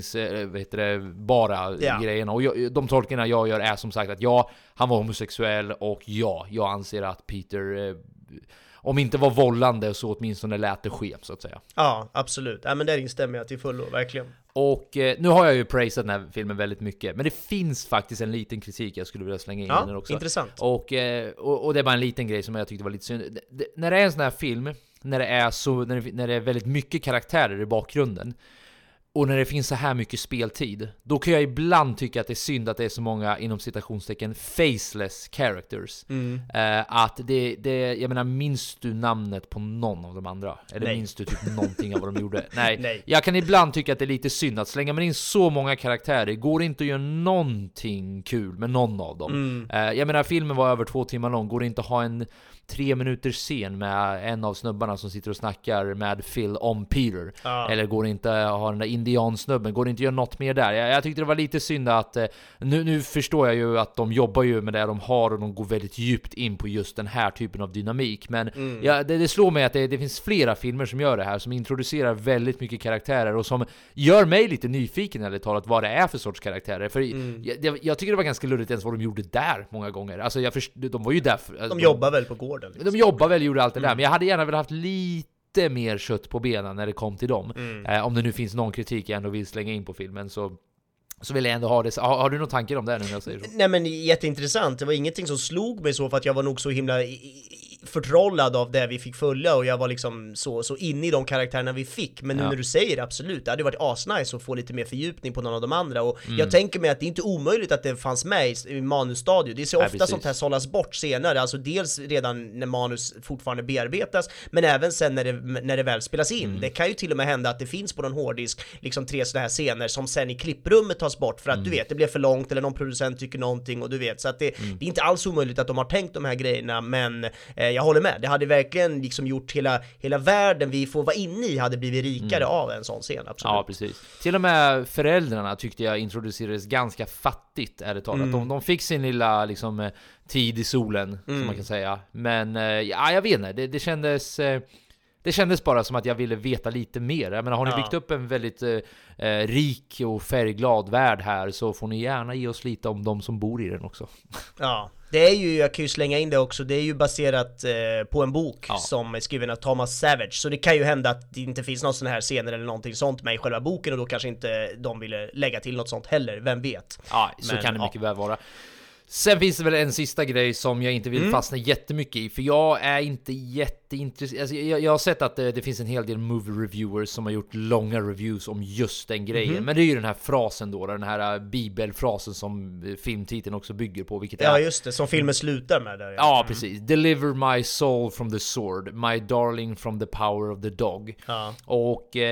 tolkningsbara ja. grejerna. Och jag, de tolkningarna jag gör är som sagt att ja, han var homosexuell och ja, jag anser att Peter... Eh, om inte var vållande så åtminstone lät det ske, så att säga. Ja, absolut. Ja, men det instämmer jag till fullo, verkligen. Och eh, nu har jag ju praisat den här filmen väldigt mycket, men det finns faktiskt en liten kritik jag skulle vilja slänga in ja, den också. Intressant. Och, eh, och, och det är bara en liten grej som jag tyckte var lite synd. Det, det, när det är en sån här film, när det är, så, när det, när det är väldigt mycket karaktärer i bakgrunden, och när det finns så här mycket speltid, då kan jag ibland tycka att det är synd att det är så många inom citationstecken faceless characters. Mm. Uh, att det, det, jag menar, minns du namnet på någon av de andra? Eller Nej. minns du typ någonting av vad de gjorde? Nej. Nej. Jag kan ibland tycka att det är lite synd att slänga man in så många karaktärer, går det inte att göra någonting kul med någon av dem. Mm. Uh, jag menar, filmen var över två timmar lång, går det inte att ha en tre minuter scen med en av snubbarna som sitter och snackar med Phil om Peter? Ah. Eller går det inte att ha den där indiansnubben? Går det inte att göra något mer där? Jag, jag tyckte det var lite synd att eh, nu, nu förstår jag ju att de jobbar ju med det de har och de går väldigt djupt in på just den här typen av dynamik, men mm. ja, det, det slår mig att det, det finns flera filmer som gör det här, som introducerar väldigt mycket karaktärer och som gör mig lite nyfiken eller talat vad det är för sorts karaktärer, för mm. jag, jag, jag tycker det var ganska luddigt ens vad de gjorde där många gånger. Alltså jag först, de var ju där för, de jobbar väl på gården liksom. De jobbar väl, gjorde allt det där, mm. men jag hade gärna väl haft lite mer kött på benen när det kom till dem. Mm. Eh, om det nu finns någon kritik jag ändå vill slänga in på filmen, så så vill jag ändå ha det. Har, har du någon tankar om det nu när jag säger så? Nej, men jätteintressant. Det var ingenting som slog mig så, för att jag var nog så himla förtrollad av det vi fick följa, och jag var liksom så, så inne i de karaktärerna vi fick. Men nu ja. när du säger absolut, det hade varit asnice att få lite mer fördjupning på någon av de andra. Och mm. jag tänker mig att det är inte omöjligt att det fanns med i, i manusstadiet. Det är så ofta ja, sånt här sållas bort senare. Alltså dels redan när manus fortfarande bearbetas, men även sen när det, när det väl spelas in. Mm. Det kan ju till och med hända att det finns på någon hårddisk liksom tre sådana här scener som sen i klipprummet tas bort för att mm. du vet, det blev för långt eller någon producent tycker någonting, och du vet, så att det, mm. det är inte alls omöjligt att de har tänkt de här grejerna, men eh, jag håller med. Det hade verkligen liksom gjort hela, hela världen vi får vara inne i hade blivit rikare mm. av en sån scen, absolut. Ja, precis. Till och med föräldrarna tyckte jag introducerades ganska fattigt, är det talat. Mm. De, de fick sin lilla liksom tid i solen, mm. som man kan säga. Men eh, ja, jag vet inte, det, det kändes... Eh, Det kändes bara som att jag ville veta lite mer. Jag menar, har ni ja. byggt upp en väldigt eh, rik och färgglad värld här, så får ni gärna ge oss lite om de som bor i den också. Ja, det är ju, jag kan ju slänga in det också, det är ju baserat eh, på en bok ja. som är skriven av Thomas Savage. Så det kan ju hända att det inte finns någon sån här scener eller någonting sånt med i själva boken, och då kanske inte de ville lägga till något sånt heller, vem vet. Ja, så Men, kan det mycket ja. väl vara. Sen finns det väl en sista grej som jag inte vill mm. fastna jättemycket i, för jag är inte jätteintresserad. Alltså, jag, jag har sett att det, det finns en hel del movie reviewers som har gjort långa reviews om just den grejen. Mm. Men det är ju den här frasen då, den här bibelfrasen som filmtiteln också bygger på, vilket ja, är... just det, som filmen slutar med där. Ja, mm. precis. Deliver my soul from the sword, my darling from the power of the dog. Ja. Och... Eh,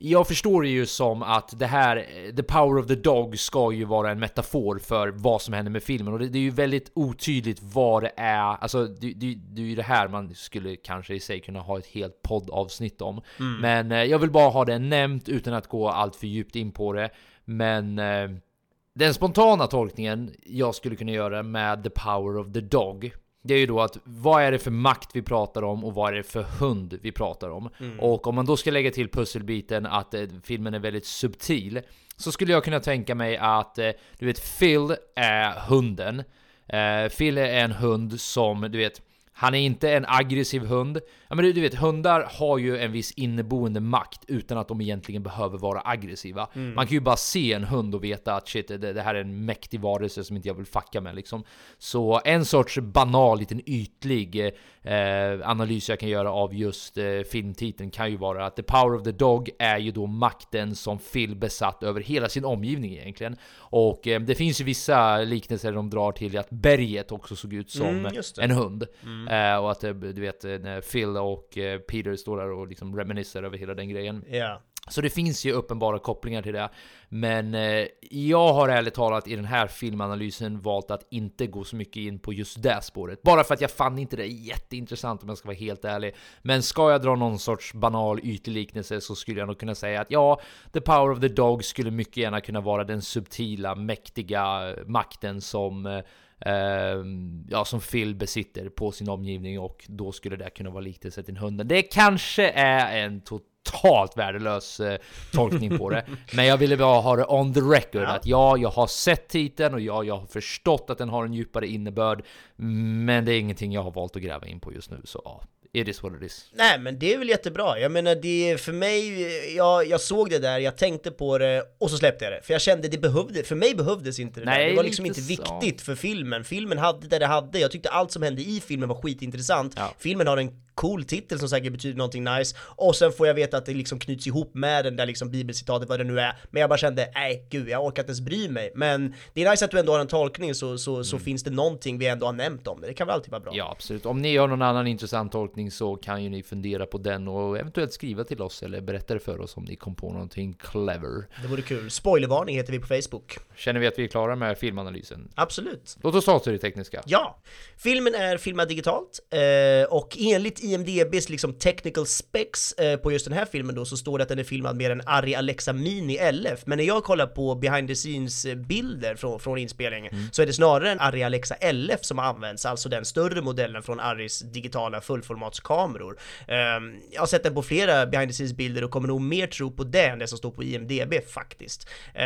jag förstår det ju som att det här, The Power of the Dog, ska ju vara en metafor för vad som händer med filmen. Och det, det är ju väldigt otydligt vad det är. Alltså, det, det, det är ju det här man skulle kanske i sig kunna ha ett helt poddavsnitt om. Mm. Men eh, jag vill bara ha det nämnt utan att gå allt för djupt in på det. Men eh, den spontana tolkningen jag skulle kunna göra med The Power of the Dog, det är ju då att vad är det för makt vi pratar om och vad är det för hund vi pratar om. Mm. Och om man då ska lägga till pusselbiten att eh, filmen är väldigt subtil, så skulle jag kunna tänka mig att eh, du vet, Phil är hunden. Eh, Phil är en hund som, du vet, han är inte en aggressiv hund. Ja, men du, du vet, hundar har ju en viss inneboende makt utan att de egentligen behöver vara aggressiva. Mm. Man kan ju bara se en hund och veta att shit, det, det här är en mäktig varelse som inte jag vill fucka med liksom. Så en sorts banal, liten ytlig eh, analys jag kan göra av just eh, filmtiteln kan ju vara att The Power of the Dog är ju då makten som Phil besatt över hela sin omgivning egentligen. Och eh, det finns ju vissa liknelser de drar till att berget också såg ut som mm, en hund. Mm. Eh, och att du vet, när Phil och eh, Peter står där och liksom reminiscer över hela den grejen. Yeah. Så det finns ju uppenbara kopplingar till det. Men eh, jag har ärligt talat i den här filmanalysen valt att inte gå så mycket in på just det spåret. Bara för att jag fann inte det jätteintressant om jag ska vara helt ärlig. Men ska jag dra någon sorts banal ytliknelse så skulle jag nog kunna säga att ja, The Power of the Dog skulle mycket gärna kunna vara den subtila, mäktiga makten som... Eh, Uh, ja, som Phil besitter på sin omgivning, och då skulle det kunna vara liknelse till hunden. Det kanske är en totalt värdelös uh, tolkning på det, men jag ville bara ha det on the record, ja. Att ja, jag har sett titeln och ja, jag har förstått att den har en djupare innebörd, men det är ingenting jag har valt att gräva in på just nu, så ja. It is what it is. Nej, men det är väl jättebra. Jag menar, det är för mig, jag, jag såg det där, jag tänkte på det och så släppte jag det. För jag kände det behövde, för mig behövdes inte det. Nej, där. Det var liksom inte så viktigt för filmen. Filmen hade det det hade. Jag tyckte allt som hände i filmen var skitintressant. Ja. Filmen har en cool titel som säkert betyder någonting nice, och sen får jag veta att det liksom knyts ihop med den där liksom bibelcitatet, vad det nu är, men jag bara kände, nej gud, jag orkar inte ens bry mig, men det är nice att du ändå har en tolkning, så, så, mm. så finns det någonting vi ändå har nämnt om det, det kan väl alltid vara bra. Ja, absolut. Om ni har någon annan intressant tolkning så kan ju ni fundera på den och eventuellt skriva till oss eller berätta det för oss om ni kom på någonting clever. Det vore kul. Spoilervarning heter vi på Facebook. Känner vi att vi är klara med filmanalysen? Absolut. Låt oss ta till det tekniska. Ja, filmen är filmad digitalt eh, och enligt I M D B:s liksom technical specs eh, på just den här filmen då, så står det att den är filmad med en Arri Alexa Mini L F, men när jag kollar på behind the scenes bilder från, från inspelningen mm. så är det snarare en Arri Alexa L F som används, alltså den större modellen från Arris digitala fullformatskameror. eh, jag har sett den på flera behind the scenes bilder och kommer nog mer tro på det än det som står på I M D B faktiskt.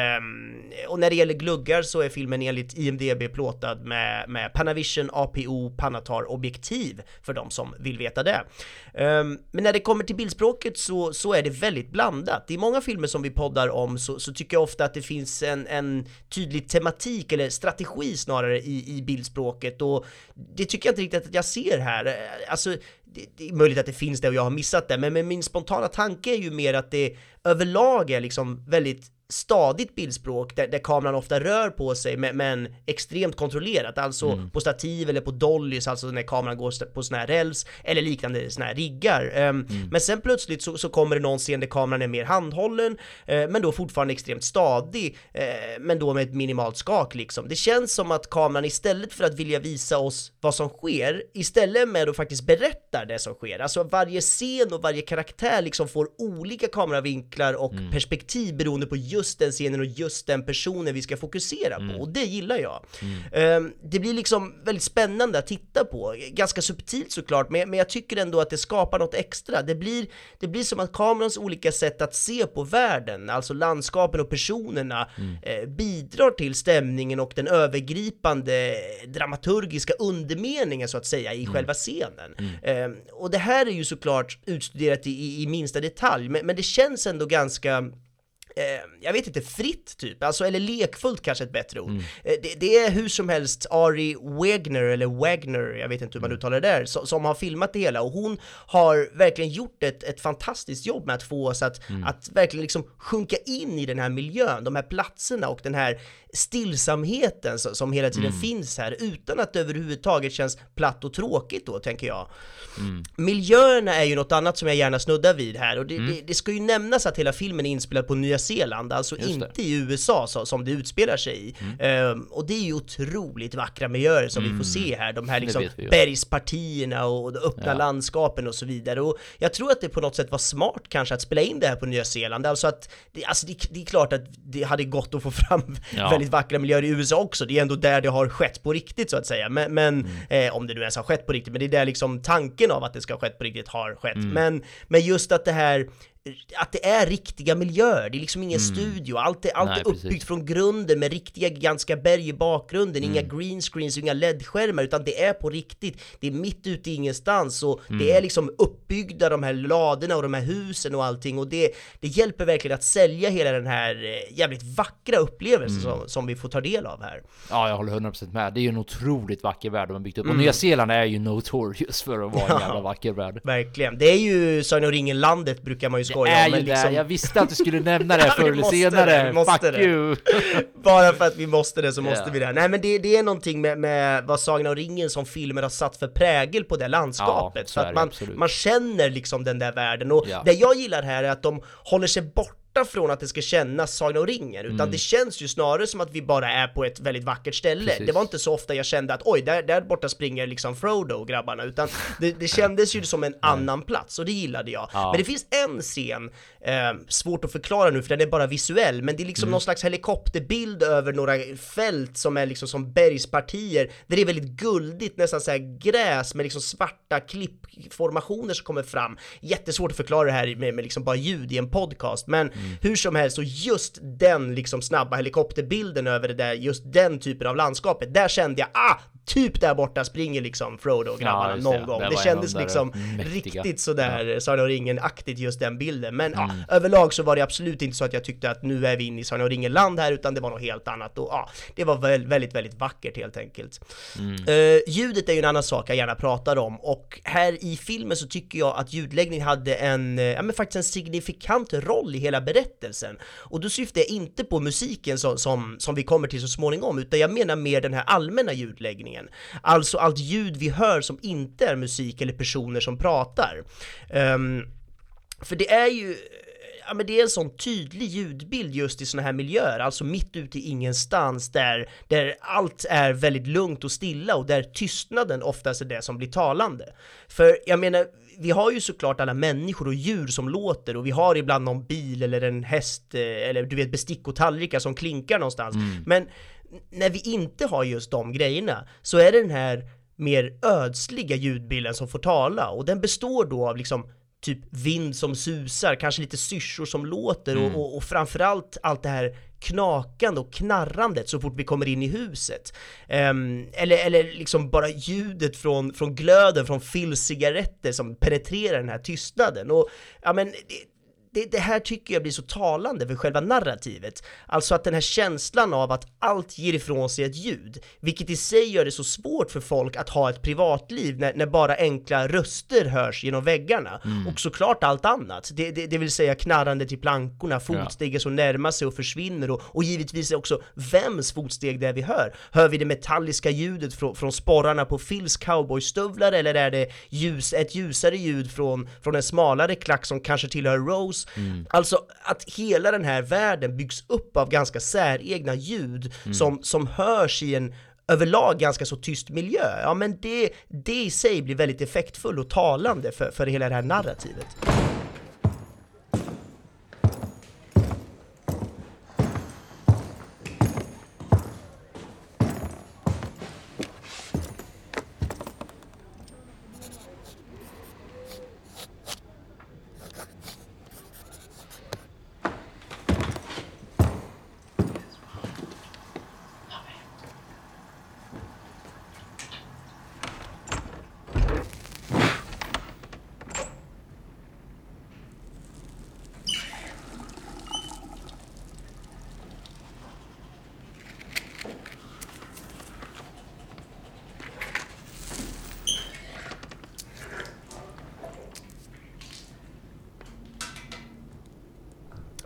eh, och när det gäller gluggar så är filmen enligt I M D B plåtad med, med Panavision A P O Panatar objektiv för de som vill veta det. Um, men när det kommer till bildspråket så, så är det väldigt blandat. I många filmer som vi poddar om så, så tycker jag ofta att det finns en, en tydlig tematik eller strategi snarare i, i bildspråket, och det tycker jag inte riktigt att jag ser här. Alltså, det, det är möjligt att det finns det och jag har missat det, men, men min spontana tanke är ju mer att det överlag är liksom väldigt stadigt bildspråk där, där kameran ofta rör på sig men, men extremt kontrollerat, alltså mm. på stativ eller på dollys, alltså när kameran går på såna här räls eller liknande såna här riggar. Um, mm. Men sen plötsligt så, så kommer det någon scen där kameran är mer handhållen uh, men då fortfarande extremt stadig, uh, men då med ett minimalt skak liksom. Det känns som att kameran istället för att vilja visa oss vad som sker, istället med att faktiskt berätta det som sker. Alltså varje scen och varje karaktär liksom får olika kameravinklar och mm. perspektiv beroende på just den scenen och just den personen vi ska fokusera på, mm. och det gillar jag. Mm. Um, det blir liksom väldigt spännande att titta på, ganska subtilt såklart, men, men jag tycker ändå att det skapar något extra. Det blir, det blir som att kamerans olika sätt att se på världen, alltså landskapen och personerna, mm. eh, bidrar till stämningen och den övergripande dramaturgiska undermeningen så att säga i mm. själva scenen. Mm. Um, och det här är ju såklart utstuderat i, i minsta detalj, men, men det känns ändå ganska eh, jag vet inte, fritt typ, alltså, eller lekfullt kanske ett bättre ord. Mm. Eh, det, det är hur som helst Ari Wegner, eller Wagner, jag vet inte hur man uttalar det där, so, som har filmat det hela, och hon har verkligen gjort ett, ett fantastiskt jobb med att få oss att, mm. att verkligen liksom sjunka in i den här miljön, de här platserna och den här stillsamheten som, som hela tiden mm. finns här, utan att det överhuvudtaget känns platt och tråkigt då, tänker jag. Mm. Miljöerna är ju något annat som jag gärna snuddar vid här, och det, mm. det, det ska ju nämnas att hela filmen är inspelad på Nya Zeeland, alltså Just inte det. i U S A så, som det utspelar sig i. Mm. Um, och det är ju otroligt vackra miljöer som mm. vi får se här, de här liksom bergspartierna och de öppna ja. landskapen och så vidare, och jag tror att det på något sätt var smart kanske att spela in det här på Nya Zeeland, alltså att det, alltså det, det är klart att det hade gått att få fram ja. väldigt vackra miljöer i U S A också, det är ändå där det har skett på riktigt så att säga, men, men mm. eh, om det nu ens har skett på riktigt, men det är där liksom tanken av att det ska ha skett på riktigt har skett, mm. men, men just att det här att det är riktiga miljöer, det är liksom ingen mm. studio, allt är, allt Nej, är uppbyggt precis. från grunden med riktiga gigantiska berg i bakgrunden, mm. inga green screens, inga L E D-skärmar, utan det är på riktigt, det är mitt ute i ingenstans, och mm. det är liksom uppbyggda de här ladorna och de här husen och allting, och det, det hjälper verkligen att sälja hela den här jävligt vackra upplevelsen mm. som, som vi får ta del av här. Ja, jag håller hundra procent med, det är ju en otroligt vacker värld de har byggt upp, mm. och Nya Zeeland är ju notorious för att vara en jävla vacker värld. Verkligen, det är ju Sagan om ringen-landet brukar man ju Det är ju liksom... Jag visste att du skulle nämna det förr eller senare. Det, Fuck det. you. Bara för att vi måste det så måste yeah. vi det. Nej, men det, det är någonting med, med vad Sagan om ringen som filmer har satt för prägel på det landskapet. Ja, så att man, man känner liksom den där världen. Och ja. det jag gillar här är att de håller sig bort från att det ska kännas Sagan om ringen, utan mm. det känns ju snarare som att vi bara är på ett väldigt vackert ställe. Precis. Det var inte så ofta jag kände att oj, där, där borta springer liksom Frodo och grabbarna, utan det, det kändes ju som en annan plats, och det gillade jag. Ja. Men det finns en scen, eh, svårt att förklara nu för den är bara visuell, men det är liksom mm. någon slags helikopterbild över några fält som är liksom som bergspartier, där det är väldigt guldigt, nästan så här gräs med liksom svarta klippformationer som kommer fram. Jättesvårt att förklara det här med, med liksom bara ljud i en podcast, men mm. hur som helst, så just den liksom snabba helikopterbilden över det där, just den typen av landskapet, där kände jag, ah, typ där borta springer liksom Frodo och grabbarna ja, någon det. gång. Det, det kändes liksom mäktiga. riktigt sådär ja. Sagan om ringen-aktigt just den bilden. Men mm. ja, överlag så var det absolut inte så att jag tyckte att nu är vi inne i Sagan om ringen-land här, utan det var något helt annat. Och ja, det var väldigt, väldigt, väldigt vackert helt enkelt. Mm. Uh, ljudet är ju en annan sak jag gärna pratar om, och här i filmen så tycker jag att ljudläggning hade en, ja men faktiskt en signifikant roll i hela berättelsen. Och då syftar jag inte på musiken som, som, som vi kommer till så småningom, utan jag menar mer den här allmänna ljudläggningen. Alltså allt ljud vi hör som inte är musik eller personer som pratar. Um, för det är ju ja, men det är en sån tydlig ljudbild just i såna här miljöer, alltså mitt ute i ingenstans, där, där allt är väldigt lugnt och stilla, och där tystnaden oftast är det som blir talande. För jag menar, vi har ju såklart alla människor och djur som låter, och vi har ibland någon bil eller en häst eller du vet bestick och tallrikar som klinkar någonstans. Mm. Men när vi inte har just de grejerna, så är det den här mer ödsliga ljudbilden som får tala, och den består då av liksom typ vind som susar, kanske lite syrsor som låter, mm. och, och, och framförallt allt det här knakande och knarrandet så fort vi kommer in i huset. Um, eller, eller liksom bara ljudet från, från glöden från Phils cigaretter som penetrerar den här tystnaden. Och ja men det, Det, det här tycker jag blir så talande för själva narrativet. Alltså att den här känslan av att allt ger ifrån sig ett ljud, vilket i sig gör det så svårt för folk att ha ett privatliv när, när bara enkla röster hörs genom väggarna. Mm. Och såklart allt annat. Det, det, det vill säga knarrandet i plankorna, fotsteg ja. som närmar sig och försvinner, och, och givetvis också vems fotsteg det är vi hör. Hör vi det metalliska ljudet från, från sporrarna på Phils cowboystövlar, eller är det ljus, ett ljusare ljud från, från en smalare klack som kanske tillhör Rose? Mm. Alltså att hela den här världen byggs upp av ganska säregna ljud mm. som, som hörs i en överlag ganska så tyst miljö. Ja, men det, det i sig blir väldigt effektfull och talande för, för hela det här narrativet.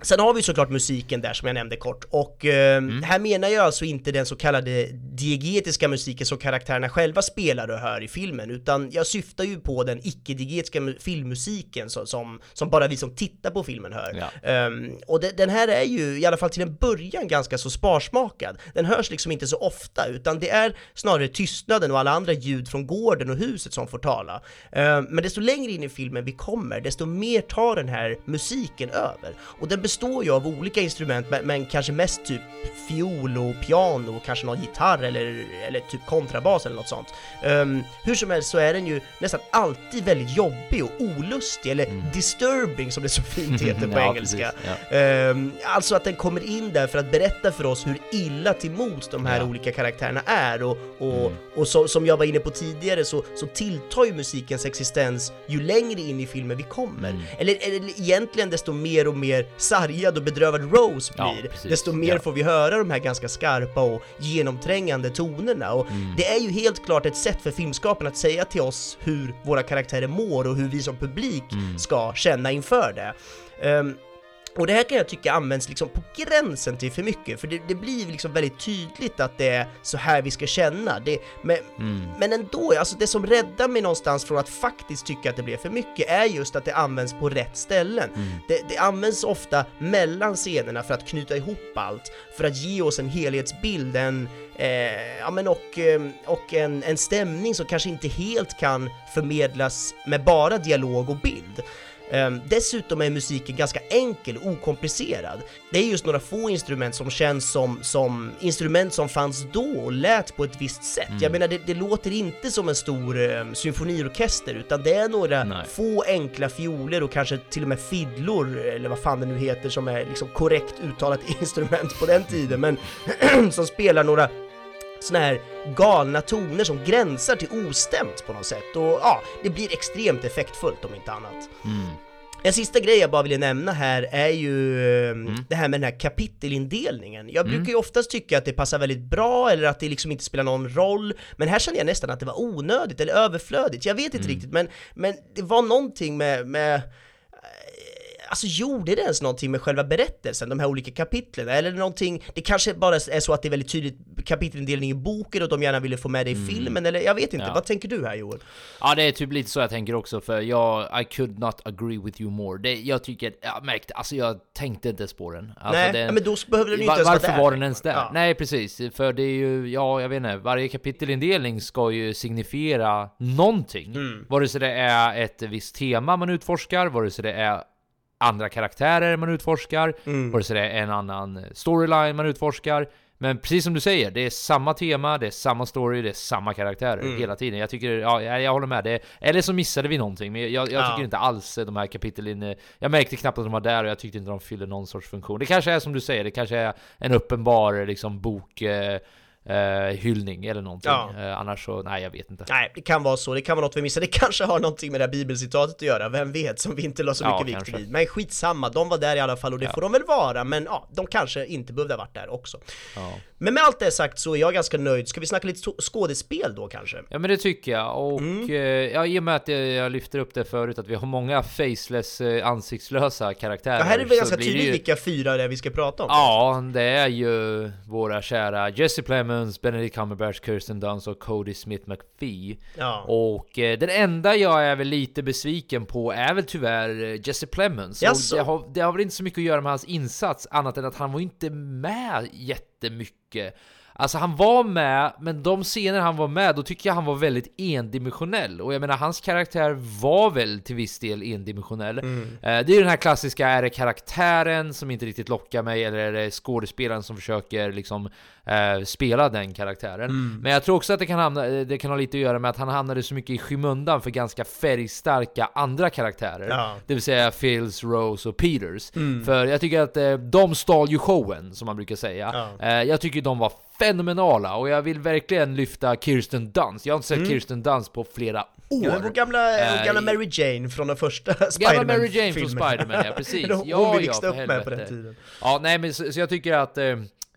Sen har vi såklart musiken där som jag nämnde kort och eh, mm. här menar jag alltså inte den så kallade diegetiska musiken som karaktärerna själva spelar och hör i filmen, utan jag syftar ju på den icke-diegetiska filmmusiken så, som, som bara vi som tittar på filmen hör. Ja. Um, och de, den här är ju i alla fall till en början ganska så sparsmakad. Den hörs liksom inte så ofta, utan det är snarare tystnaden och alla andra ljud från gården och huset som får tala. Um, men desto längre in i filmen vi kommer, desto mer tar den här musiken över. Och den består ju av olika instrument, men, men kanske mest typ fiol och piano och kanske någon gitarr eller, eller typ kontrabas eller något sånt. Um, hur som helst så är den ju nästan alltid väldigt jobbig och olustig, eller mm. disturbing som det så fint heter på ja, engelska. Ja. Um, alltså att den kommer in där för att berätta för oss hur illa till mots de här ja. olika karaktärerna är och, och, mm. och så, som jag var inne på tidigare så, så tilltar ju musikens existens ju längre in i filmen vi kommer. Mm. Eller, eller egentligen desto mer och mer sargad och bedrövad Rose blir, ja, desto mer ja. får vi höra de här ganska skarpa och genomträngande tonerna och mm. det är ju helt klart ett sätt för filmskapen att säga till oss hur våra karaktärer mår och hur vi som publik mm. ska känna inför det. Um, Och det här kan jag tycka används liksom på gränsen till för mycket, för det, det blir liksom väldigt tydligt att det är så här vi ska känna. Det, men, mm. men ändå, alltså det som räddar mig någonstans från att faktiskt tycka att det blir för mycket är just att det används på rätt ställen. Mm. Det, det används ofta mellan scenerna för att knyta ihop allt, för att ge oss en helhetsbild, en, eh, ja, men och, och en, en stämning som kanske inte helt kan förmedlas med bara dialog och bild. Um, dessutom är musiken ganska enkel och okomplicerad. Det är just några få instrument som känns som, som instrument som fanns då och lät på ett visst sätt. Mm. Jag menar, det, det låter inte som en stor um, symfoniorkester, utan det är några Nej. få enkla fioler och kanske till och med fiddlor, eller vad fan det nu heter, som är liksom korrekt uttalat instrument på den tiden, men som spelar några såna här galna toner som gränsar till ostämt på något sätt. Och ja, det blir extremt effektfullt om inte annat. Mm. En sista grej jag bara vill nämna här är ju mm. det här med den här kapitelindelningen. Jag mm. brukar ju oftast tycka att det passar väldigt bra, eller att det liksom inte spelar någon roll. Men här kände jag nästan att det var onödigt eller överflödigt. Jag vet inte mm. riktigt, men, men det var någonting med... med Alltså gjorde det ens någonting med själva berättelsen, de här olika kapitlen, eller någonting, det kanske bara är så att det är väldigt tydligt kapitelindelning i boken och de gärna ville få med det i mm. filmen, eller jag vet inte, ja. Vad tänker du här, Joel? Ja, det är typ lite så jag tänker också, för jag, I could not agree with you more. Det, jag tycker, jag märkte, alltså jag tänkte inte ens på den. Alltså Nej, den, men då behöver den ju inte var, ens Varför vara där. var den ens där? Ja. Nej, precis, för det är ju, ja, jag vet inte, varje kapitelindelning ska ju signifiera någonting. Mm. Vare sig det är ett visst tema man utforskar, vare sig det är andra karaktärer man utforskar, mm. vare sig det är en annan storyline man utforskar. Men precis som du säger, det är samma tema, det är samma story, det är samma karaktärer mm. hela tiden. Jag tycker, ja, jag, jag håller med. Det, eller så missade vi någonting, men jag, jag ja. tycker inte alls de här kapitlen. Jag märkte knappt att de var där och jag tyckte inte de fyllde någon sorts funktion. Det kanske är som du säger, det kanske är en uppenbar liksom bok... Eh, Uh, hyllning eller någonting. Ja. Uh, annars så, nej jag vet inte. Nej, det kan vara så, det kan vara något vi missar. Det kanske har någonting med det här bibelcitatet att göra, vem vet, som vi inte la så mycket ja, vikt vid. Men skitsamma, de var där i alla fall och det ja. får de väl vara, men ja, de kanske inte behövde ha varit där också. Ja. Men med allt det sagt så är jag ganska nöjd. Ska vi snacka lite skådespel då kanske? Ja, men det tycker jag. Och mm. uh, ja, i och med att jag, jag lyfter upp det förut att vi har många faceless, uh, ansiktslösa karaktärer. Ja, här är det ganska tydligt ju... vilka fyra det är vi ska prata om. Ja, det är ju våra kära Jesse Plemons, Benedict Cumberbatch, Kirsten Dunst och Cody Smith McPhee. Ja. Och eh, den enda jag är väl lite besviken på är väl tyvärr Jesse Plemons. Och det, har, det har väl inte så mycket att göra med hans insats, annat än att han var inte med jättemycket. Alltså han var med, men de scener han var med, då tycker jag han var väldigt endimensionell. Och jag menar, hans karaktär var väl till viss del endimensionell. Mm. Eh, det är ju den här klassiska, är det karaktären som inte riktigt lockar mig, eller är det skådespelaren som försöker liksom eh, spela den karaktären. Mm. Men jag tror också att det kan, hamna, det kan ha lite att göra med att han hamnade så mycket i skymundan för ganska färgstarka andra karaktärer. Ja. Det vill säga Phils, Rose och Peters. Mm. För jag tycker att eh, de stal ju showen, som man brukar säga. Ja. Eh, jag tycker de var fenomenala, och jag vill verkligen lyfta Kirsten Dunst. Jag har inte sett mm. Kirsten Dunst på flera år. Ja, vår gamla, äh, gamla Mary Jane från den första Spider-Man-filmen. Gamla Mary Jane från Spider-Man, ja, precis. Hon ja, vi växte ja, upp med på den tiden. Ja, nej, men så, så jag tycker att eh,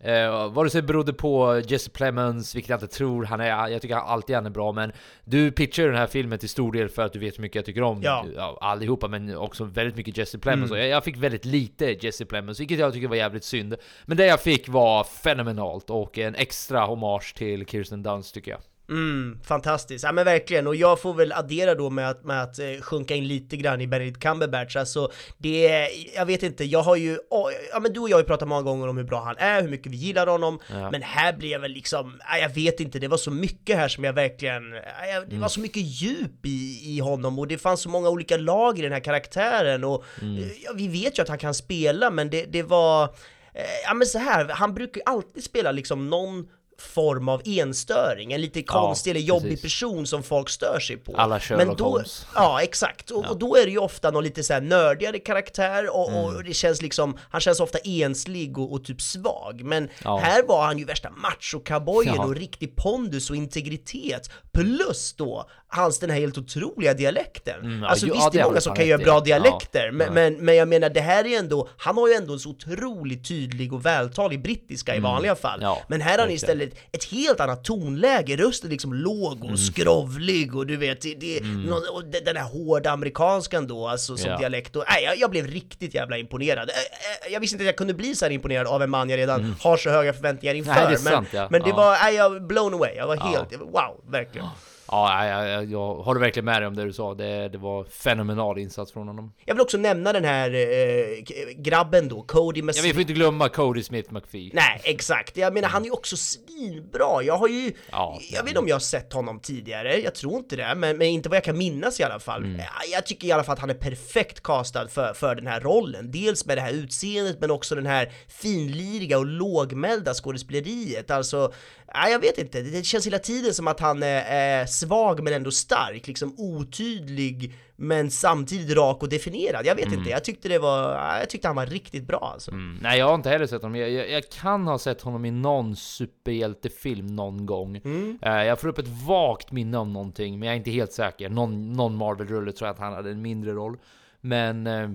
Eh, vare sig det berodde på Jesse Plemons, vilket jag inte tror han är, jag tycker alltid han är bra, men du pitchar den här filmen till stor del för att du vet hur mycket jag tycker om ja. Ja, allihopa, men också väldigt mycket Jesse Plemons. Mm. Jag, jag fick väldigt lite Jesse Plemons, vilket jag tycker var jävligt synd. Men det jag fick var fenomenalt och en extra hommage till Kirsten Dunst tycker jag. Mm, fantastiskt, ja men verkligen, och jag får väl addera då med att, med att eh, sjunka in lite grann i Benedict Cumberbatch, alltså det, jag vet inte, jag har ju, oh, ja men du och jag har ju pratat många gånger om hur bra han är, hur mycket vi gillar honom, ja. Men här blir jag väl liksom, jag vet inte, det var så mycket här som jag verkligen, jag, det var så mycket djup i, i honom, och det fanns så många olika lager i den här karaktären, och mm. ja, vi vet ju att han kan spela, men det, det var, eh, ja men så här, han brukar ju alltid spela liksom någon form av enstöring, en lite konstig ja, eller jobbig precis. person som folk stör sig på. Alla Sherlock Men då, Holmes. Ja, exakt. Och, ja. och då är det ju ofta någon lite så här nördigare karaktär och, mm. och det känns liksom, han känns ofta enslig och, och typ svag. Men ja. här var han ju värsta macho-cowboyen ja. och riktig pondus och integritet. Plus då hans den här helt otroliga dialekten. Mm, alltså ja, visst, det är många som kan göra bra dialekter, ja, men, ja. Men, men jag menar, det här är ändå, han har ju ändå en så otroligt tydlig och vältalig brittiska mm. i vanliga fall. Ja, men här har han istället ett helt annat tonläge, rösten liksom låg och mm. skrovlig, och du vet, det, det, mm. och den här hårda amerikanskan då, alltså som ja. dialekt. Och, nej, jag, jag blev riktigt jävla imponerad. Jag visste inte att jag kunde bli så här imponerad av en man jag redan mm. har så höga förväntningar inför. Nej, det är sant, men, ja. men det ja. var, nej, jag blown away. Jag var ja. helt, wow, verkligen. Ja, jag, jag, jag håller verkligen med dig om det du sa. Det, det var fenomenal insats från honom. Jag vill också nämna den här eh, grabben då, Cody Mas- Ja, vi får inte glömma Cody Smith McPhee. Nej, exakt. Jag menar, han är ju också svinbra. Jag har ju, ja, jag vet inte om jag har sett honom tidigare. Jag tror inte det, men, men inte vad jag kan minnas i alla fall. Mm. Jag tycker i alla fall att han är perfekt castad för, för den här rollen. Dels med det här utseendet, men också den här finliriga och lågmälda skådespeleriet. Alltså, ja, jag vet inte. Det känns hela tiden som att han är, är svag men ändå stark, liksom otydlig men samtidigt rak och definierad. Jag vet mm. inte, jag tyckte det var, jag tyckte han var riktigt bra alltså. Mm. Nej, jag har inte heller sett honom. Jag, jag, jag kan ha sett honom i någon superhjältefilm någon gång. Mm. Uh, jag får upp ett vagt minne om någonting, men jag är inte helt säker. Någon, någon Marvel-rulle tror jag att han hade en mindre roll. Men uh,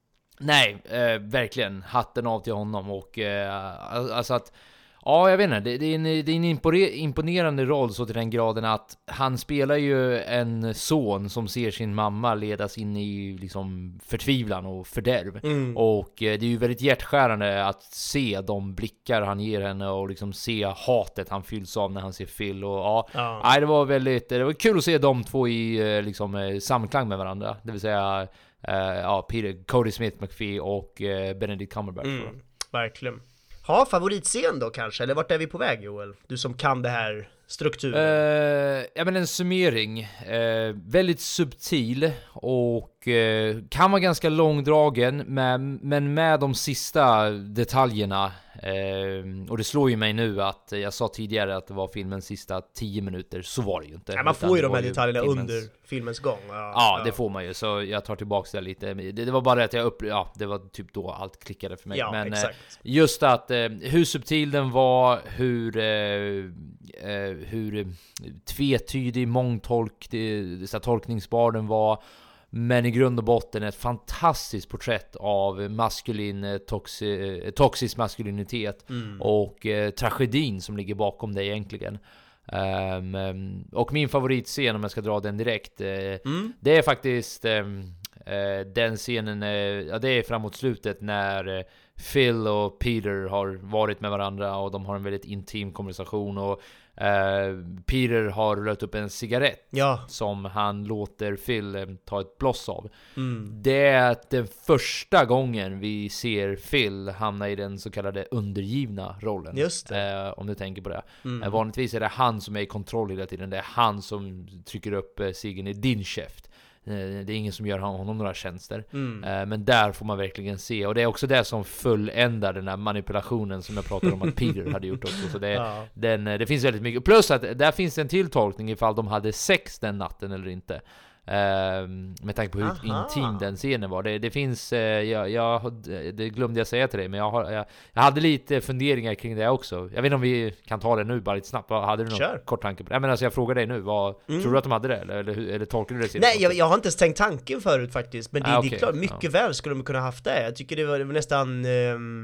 nej, uh, verkligen hatten av till honom, och uh, alltså att ja, jag vet inte. Det, det, är en, det är en imponerande roll så till den graden att han spelar ju en son som ser sin mamma ledas in i liksom förtvivlan och fördärv. Mm. Och det är ju väldigt hjärtskärande att se de blickar han ger henne och liksom se hatet han fylls av när han ser Phil. Och ja, ja. Nej, det var väldigt, det var kul att se de två i liksom samklang med varandra. Det vill säga uh, ja, Peter, Cody Smith McPhee och uh, Benedict Cumberbatch. Mm, verkligen. Ha, favoritscen då kanske? Eller vart är vi på väg, Joel? Du som kan det här strukturen. Uh, ja, men en summering. Uh, väldigt subtil och uh, kan vara ganska långdragen, med, men med de sista detaljerna. Uh, och det slår ju mig nu att jag sa tidigare att det var filmens sista tio minuter. Så var det ju inte. Ja, man får ju de här detaljerna filmens... under filmens gång. Ja, ja, ja, det får man ju. Så jag tar tillbaka det lite. Det, det var bara att jag upp, ja, det var typ då allt klickade för mig. Ja, men exakt. Uh, just att uh, hur subtil den var, hur uh, uh, hur tvetydig, mångtolk, så tolkningsbar den var, men i grund och botten ett fantastiskt porträtt av maskulin toxi, toxisk maskulinitet mm. och eh, tragedin som ligger bakom det egentligen. Um, och min favoritscen, om jag ska dra den direkt, eh, mm. det är faktiskt um, eh, den scenen, eh, ja, det är framåt slutet när eh, Phil och Peter har varit med varandra och de har en väldigt intim konversation, och Uh, Peter har rullat upp en cigarett ja. som han låter Phil um, ta ett bloss av. Mm. Det är den första gången vi ser Phil hamna i den så kallade undergivna rollen. Just det. Uh, om du tänker på det. Mm. Uh, vanligtvis är det han som är i kontroll hela tiden. Det är han som trycker upp uh, ciggen i din käft. Det är ingen som gör honom några tjänster. Mm. Men där får man verkligen se. Och det är också det som fulländar den här manipulationen som jag pratade om att Peter hade gjort också. Så det, ja. den, det finns väldigt mycket. Plus att där finns en tilltolkning ifall de hade sex den natten eller inte. Uh, med tanke på hur Aha. intim den scenen var. Det, det finns, uh, jag, jag, det glömde jag säga till dig, men jag, har, jag, jag hade lite funderingar kring det också. Jag vet inte om vi kan ta det nu bara lite snabbt. Hade du någon Kör. kort tanke på det? Jag, menar, alltså jag frågar dig nu, vad, mm. tror du att de hade det? Eller, eller, eller tolkar du det? Nej, jag, jag har inte ens tänkt tanken förut faktiskt. Men det, ah, det okay. är klart, mycket ja. väl skulle de kunna haft det. Jag tycker det var, det var nästan... Um...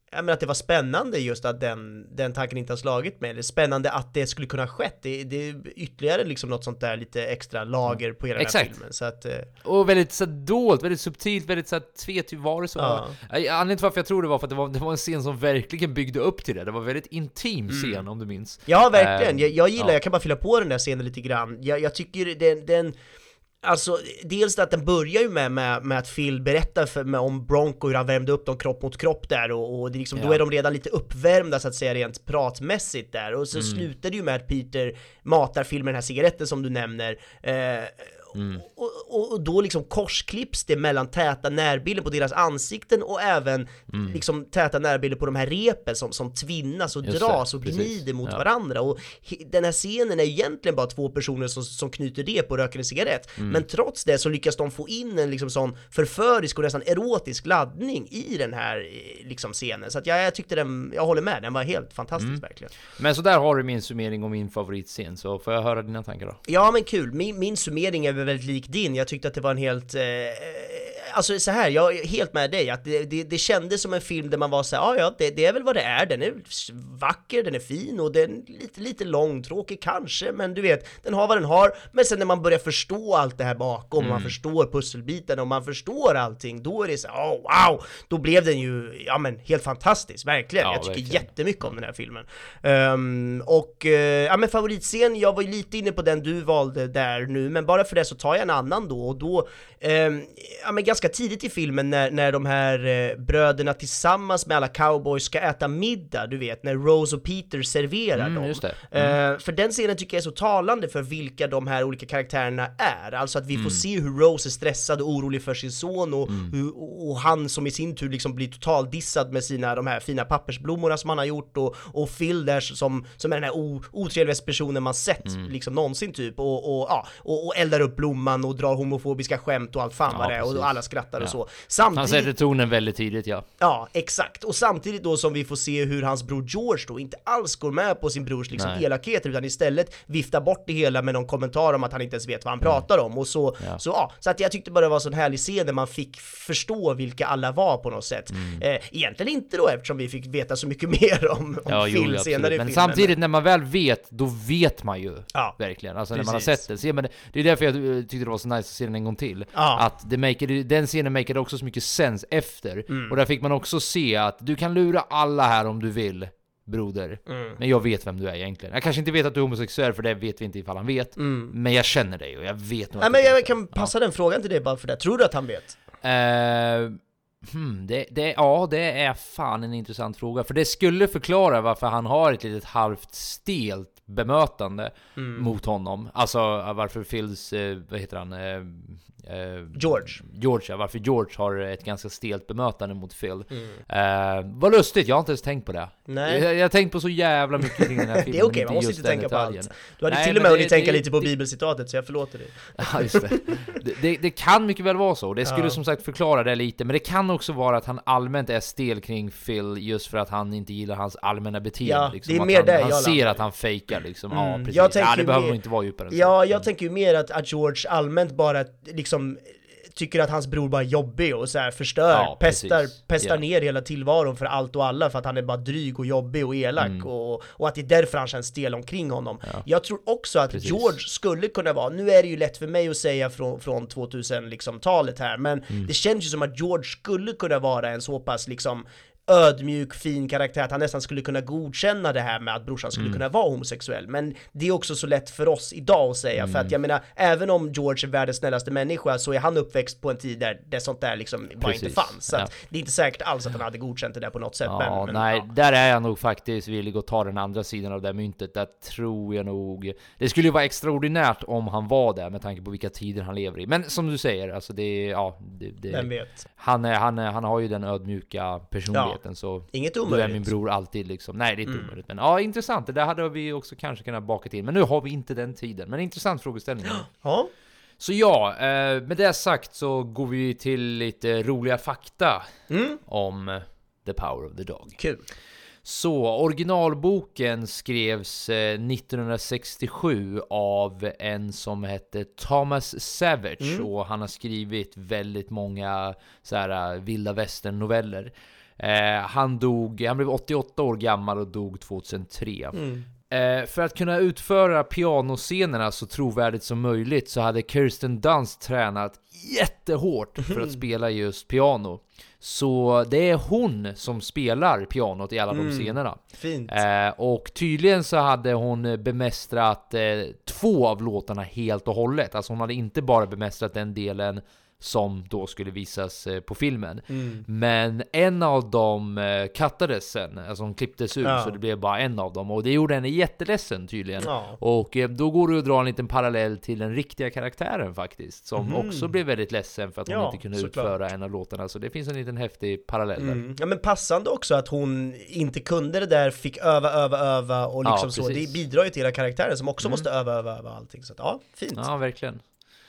jag menar att det var spännande just att den, den tanken inte har slagit mig. Eller spännande att det skulle kunna ha skett. Det, det är ytterligare liksom något sånt där lite extra lager på hela den här filmen. Så att, och väldigt så dolt, väldigt subtilt, väldigt så tvetydigt var det så. Ja. Anledningen till varför jag tror det var för att det var, det var en scen som verkligen byggde upp till det. Det var en väldigt intim scen mm. om du minns. Ja, verkligen. Jag, jag gillar, ja. jag kan bara fylla på den där scenen lite grann. Jag, jag tycker den... den Alltså, dels att den börjar ju med, med, med att Phil berättar för, med om Bronco hur han värmde upp dem kropp mot kropp där och, och det liksom, ja. då är de redan lite uppvärmda så att säga rent pratmässigt där och så mm. slutar det ju med att Peter matar Phil med den här cigaretten som du nämner eh, Mm. Och, och, och då liksom korsklipps det mellan täta närbilder på deras ansikten och även mm. liksom täta närbilder på de här repen som, som tvinnas och Just dras det, och gnider mot ja. varandra och he, den här scenen är egentligen bara två personer som, som knyter det på röken en cigarett mm. men trots det så lyckas de få in en liksom sån förförisk och nästan erotisk laddning i den här liksom scenen så att jag, jag tyckte den, jag håller med, den var helt fantastisk mm. verkligen. Men så där har du min summering om min favoritscen, så får jag höra dina tankar då? Ja men kul, min, min summering är väldigt lik din. Jag tyckte att det var en helt eh, alltså så här, jag är helt med dig att det, det, det kändes som en film där man var så här, ah, ja, det, det är väl vad det är. Den är vacker, den är fin och den är lite, lite långtråkig kanske, men du vet, den har vad den har. Men sen när man börjar förstå allt det här bakom, mm. man förstår pusselbiten och man förstår allting, då är det så här, oh, wow, då blev den ju, ja men, helt fantastisk, verkligen. Ja, jag tycker verkligen. jättemycket om den här filmen. Um, och, uh, ja men favoritscen, jag var ju lite inne på den du valde där nu, men bara för det så tar jag en annan då, och då, um, ja men ganska tidigt i filmen när, när de här eh, bröderna tillsammans med alla cowboys ska äta middag, du vet, när Rose och Peter serverar mm, dem. Just det. Mm. Uh, för den scenen tycker jag är så talande för vilka de här olika karaktärerna är. Alltså att vi mm. får se hur Rose är stressad och orolig för sin son och, mm. hur, och han som i sin tur liksom blir totalt dissad med sina, de här fina pappersblommorna som han har gjort och, och Phil där som, som är den här o, otrevligaste personen man sett mm. liksom någonsin typ och, och, ja, och, och eldar upp blomman och drar homofobiska skämt och allt fan vad ja, det är och alla skrattar ja. och så. Samtidigt, han sätter tonen väldigt tidigt, ja. Ja, exakt. Och samtidigt då som vi får se hur hans bror George då inte alls går med på sin brors liksom elakheter utan istället viftar bort det hela med någon kommentar om att han inte ens vet vad han mm. pratar om och så, ja. så ja, så att jag tyckte bara det var en sån härlig scen där man fick förstå vilka alla var på något sätt. Mm. Eh, egentligen inte då eftersom vi fick veta så mycket mer om, om ja, film jo, senare i men filmen. Samtidigt när man väl vet, då vet man ju ja. verkligen. Alltså Precis. när man har sett det. Så, men det är därför jag tyckte det var så nice att se den en gång till. Ja. Att det make, den scenen make också så mycket sens efter. Mm. Och där fick man också se att du kan lura alla här om du vill, broder. Mm. Men jag vet vem du är egentligen. Jag kanske inte vet att du är homosexuell, för det vet vi inte ifall han vet. Mm. Men jag känner dig och jag vet nog. Nej, men jag kan passa ja. den frågan till dig bara för det. Tror du att han vet? Uh, hmm, det, det, ja, det är fan en intressant fråga. För det skulle förklara varför han har ett litet halvt stelt bemötande mm. mot honom. Alltså varför Phils, eh, vad heter han? Eh, eh, George. George, ja. Varför George har ett ganska stelt bemötande mot Phil. Mm. Eh, vad lustigt, jag har inte ens tänkt på det. Nej. Jag, jag har tänkt på så jävla mycket kring den här filmen. Det är okej, okay, man måste inte tänka detaljen. på allt. Du hade Nej, till och med hunnit tänka det, lite på det, bibelcitatet, så jag förlåter dig. Ja, just det. det, det. Det kan mycket väl vara så. Det skulle ja. som sagt förklara det lite. Men det kan också vara att han allmänt är stel kring Phil just för att han inte gillar hans allmänna beteende. Ja, liksom. det är att mer han, det han jag ser att han fejkar liksom. Mm. Ja, precis. Jag ja, det behöver mer, inte vara djupare. Ja, jag mm. tänker ju mer att, att George allmänt bara liksom tycker att hans bror bara är jobbig och så här förstör, ja, pestar, pestar yeah. ner hela tillvaron för allt och alla för att han är bara dryg och jobbig och elak mm. och, och att det är därför han känns stel omkring honom. Ja. Jag tror också att precis. George skulle kunna vara, nu är det ju lätt för mig att säga från, från tvåtusen-talet liksom, här, men mm. det känns ju som att George skulle kunna vara en så pass liksom ödmjuk, fin karaktär att han nästan skulle kunna godkänna det här med att brorsan skulle mm. kunna vara homosexuell. Men det är också så lätt för oss idag att säga, mm. för att jag menar, även om George är världens snällaste människa så är han uppväxt på en tid där det sånt där liksom bara inte fanns. Så ja. att det är inte säkert alls att han hade godkänt det där på något sätt. Ja, men, nej, ja. där är jag nog faktiskt villig att ta den andra sidan av det myntet. Där tror jag nog, det skulle ju vara extraordinärt om han var där med tanke på vilka tider han lever i. Men som du säger, alltså det är, ja, det, det, vem vet? Han, är, han, är, han har ju den ödmjuka personligheten, ja. så inget omöjligt. Du är min bror alltid liksom. Nej, det är inte mm. omöjligt. Men ja, intressant. Det där hade vi också kanske kunnat baka till. Men nu har vi inte den tiden. Men intressant frågeställning. Ja. Så ja, eh, med det sagt så går vi till lite roliga fakta mm. om The Power of the Dog. Kul. Så originalboken skrevs eh, nittonhundrasextiosju av en som hette Thomas Savage mm. och han har skrivit väldigt många så här vilda västern noveller. Eh, han dog, han blev åttioåtta år gammal och dog tjugohundratre. Mm. Eh, för att kunna utföra pianoscenerna så trovärdigt som möjligt så hade Kirsten Dunst tränat jättehårt för att spela just piano. Så det är hon som spelar pianot i alla mm. de scenerna. Fint. Eh, och tydligen så hade hon bemästrat eh, två av låtarna helt och hållet. Alltså hon hade inte bara bemästrat den delen som då skulle visas eh, på filmen. Mm. Men en av dem eh, kattades sen. Alltså hon klipptes ut ja. så det blev bara en av dem. Och det gjorde henne jätteledsen tydligen. Ja. Och eh, då går det att dra en liten parallell till den riktiga karaktären faktiskt. Som mm. också blev väldigt ledsen för att hon ja, inte kunde utföra klart. en av låtarna. Så det finns en liten häftig parallell där. Mm. Ja men passande också att hon inte kunde det där, fick öva, öva, öva och liksom ja, så. Det bidrar ju till hela karaktären som också mm. måste öva, öva, öva allting. Så att, ja, fint. Ja, verkligen.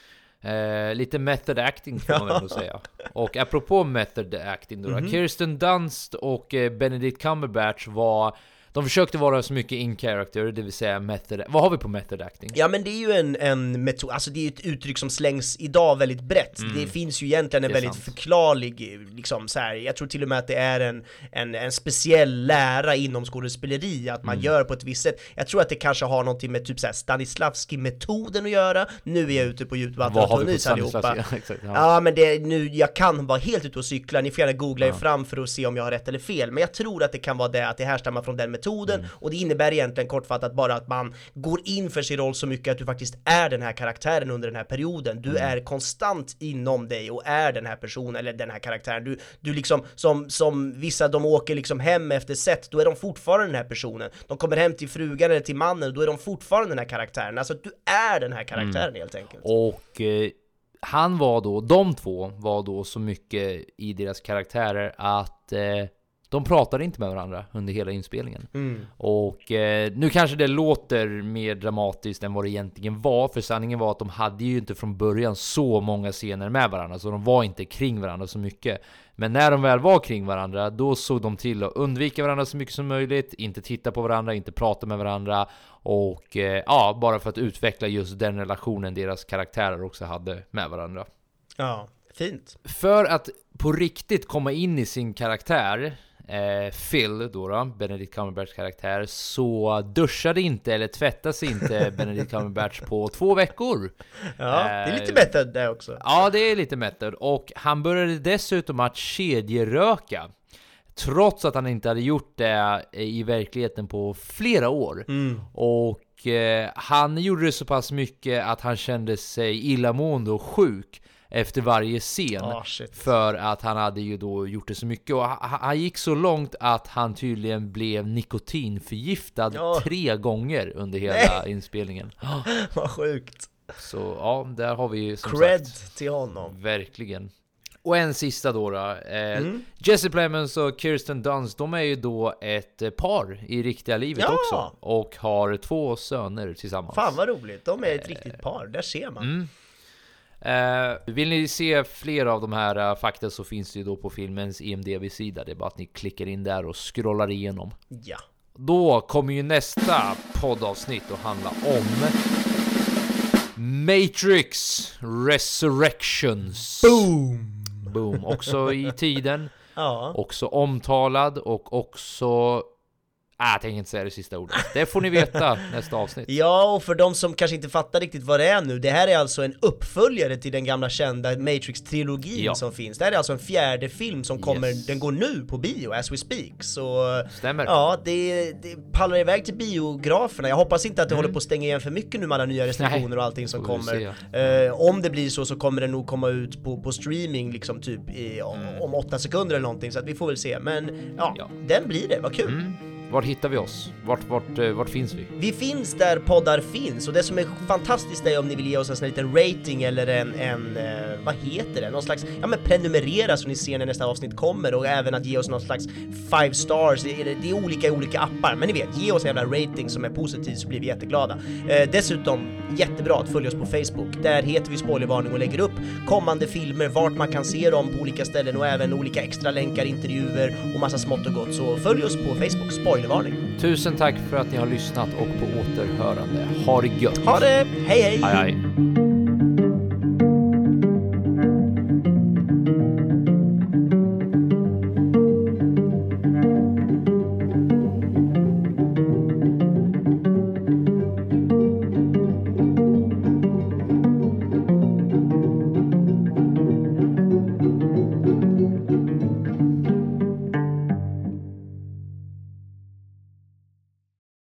Eh, lite method acting får man väl säga. Och apropå method acting då, mm-hmm. Kirsten Dunst och eh, Benedict Cumberbatch var de försökte vara så mycket in character, det vill säga method. Vad har vi på method acting? Ja men det är ju en, en metod, alltså det är ju ett uttryck som slängs idag väldigt brett. Mm. Det finns ju egentligen en väldigt sant. förklarlig liksom så här, jag tror till och med att det är en, en, en speciell lära inom skådespeleri att man mm. gör på ett visst sätt. Jag tror att det kanske har någonting med typ så här Stanislavski-metoden att göra. Nu är jag ute på YouTube att vad har vi på Stanislavski? Ja, exakt, ja. ja men det, nu, jag kan vara helt ute och cykla. Ni får gärna googla ja. er fram för att se om jag har rätt eller fel. Men jag tror att det kan vara det, att det härstammar från den metoden mm. och det innebär egentligen kortfattat bara att man går in för sin roll så mycket att du faktiskt är den här karaktären under den här perioden. Du mm. är konstant inom dig och är den här personen eller den här karaktären. Du, du liksom, som, som vissa de åker liksom hem efter set, då är de fortfarande den här personen. De kommer hem till frugan eller till mannen, då är de fortfarande den här karaktären. Alltså att du är den här karaktären mm. helt enkelt. Och eh, han var då, de två var då så mycket i deras karaktärer att eh, de pratade inte med varandra under hela inspelningen. Mm. Och eh, nu kanske det låter mer dramatiskt än vad det egentligen var. För sanningen var att de hade ju inte från början så många scener med varandra. Så de var inte kring varandra så mycket. Men när de väl var kring varandra, då såg de till att undvika varandra så mycket som möjligt. Inte titta på varandra, inte prata med varandra. Och eh, ja, bara för att utveckla just den relationen deras karaktärer också hade med varandra. Ja, fint. För att på riktigt komma in i sin karaktär... Eh, Phil då, då Benedict Cumberbatchs karaktär, så duschade inte eller tvättade inte Benedict Cumberbatch på två veckor. Ja, eh, det är lite method där också. Ja, det är lite method. Och han började dessutom att kedjeröka, trots att han inte hade gjort det i verkligheten på flera år. Mm. Och eh, han gjorde det så pass mycket att han kände sig illamående och sjuk efter varje scen oh, för att han hade ju då gjort det så mycket och han, han gick så långt att han tydligen blev nikotinförgiftad oh. tre gånger under hela Nej. inspelningen. Oh. Vad sjukt. Så ja, där har vi som cred sagt, till honom. Verkligen. Och en sista då, då. Eh, mm. Jesse Plemons och Kirsten Dunst, de är ju då ett par i riktiga livet ja. också och har två söner tillsammans. Fan vad roligt, de är ett eh, riktigt par, där ser man. Mm. Uh, vill ni se fler av de här uh, fakta så finns det ju då på filmens I M D B-sida. Det är bara att ni klickar in där och scrollar igenom. Ja. Då kommer ju nästa poddavsnitt att handla om Matrix Resurrections. Boom! Boom. Också i tiden. Ja. Också omtalad och också... Ah, jag tänker inte säga det sista ordet. Det får ni veta nästa avsnitt. Ja, och för de som kanske inte fattar riktigt vad det är nu, det här är alltså en uppföljare till den gamla kända Matrix-trilogin ja. som finns. Det här är alltså en fjärde film som kommer, yes. den går nu på bio as we speak. Så stämmer. Ja, det, det pallar iväg till biograferna. Jag hoppas inte att det mm. håller på att stänga igen för mycket nu med alla nya restriktioner Nej. och allting som kommer. Uh, om det blir så så kommer den nog komma ut på, på streaming liksom typ i, om, mm. om åtta sekunder eller någonting, så att vi får väl se. Men ja, ja. den blir det, vad kul. Mm. Var hittar vi oss? Vart, vart, vart finns vi? Vi finns där poddar finns. Och det som är fantastiskt är om ni vill ge oss en sån liten rating eller en, en eh, vad heter det? Någon slags, ja men prenumerera så ni ser när nästa avsnitt kommer. Och även att ge oss någon slags five stars. Det är, det är olika i olika appar. Men ni vet, ge oss en jävla rating som är positiv så blir vi jätteglada. Eh, dessutom, jättebra att följa oss på Facebook. Där heter vi Spoilervarning och lägger upp kommande filmer, vart man kan se dem på olika ställen. Och även olika extra länkar, intervjuer och massa smått och gott. Så följ oss på Facebook, Spoilervarning. Tusen tack för att ni har lyssnat och på återhörande. Ha det gött. Ha det. Hej hej. Hej hej.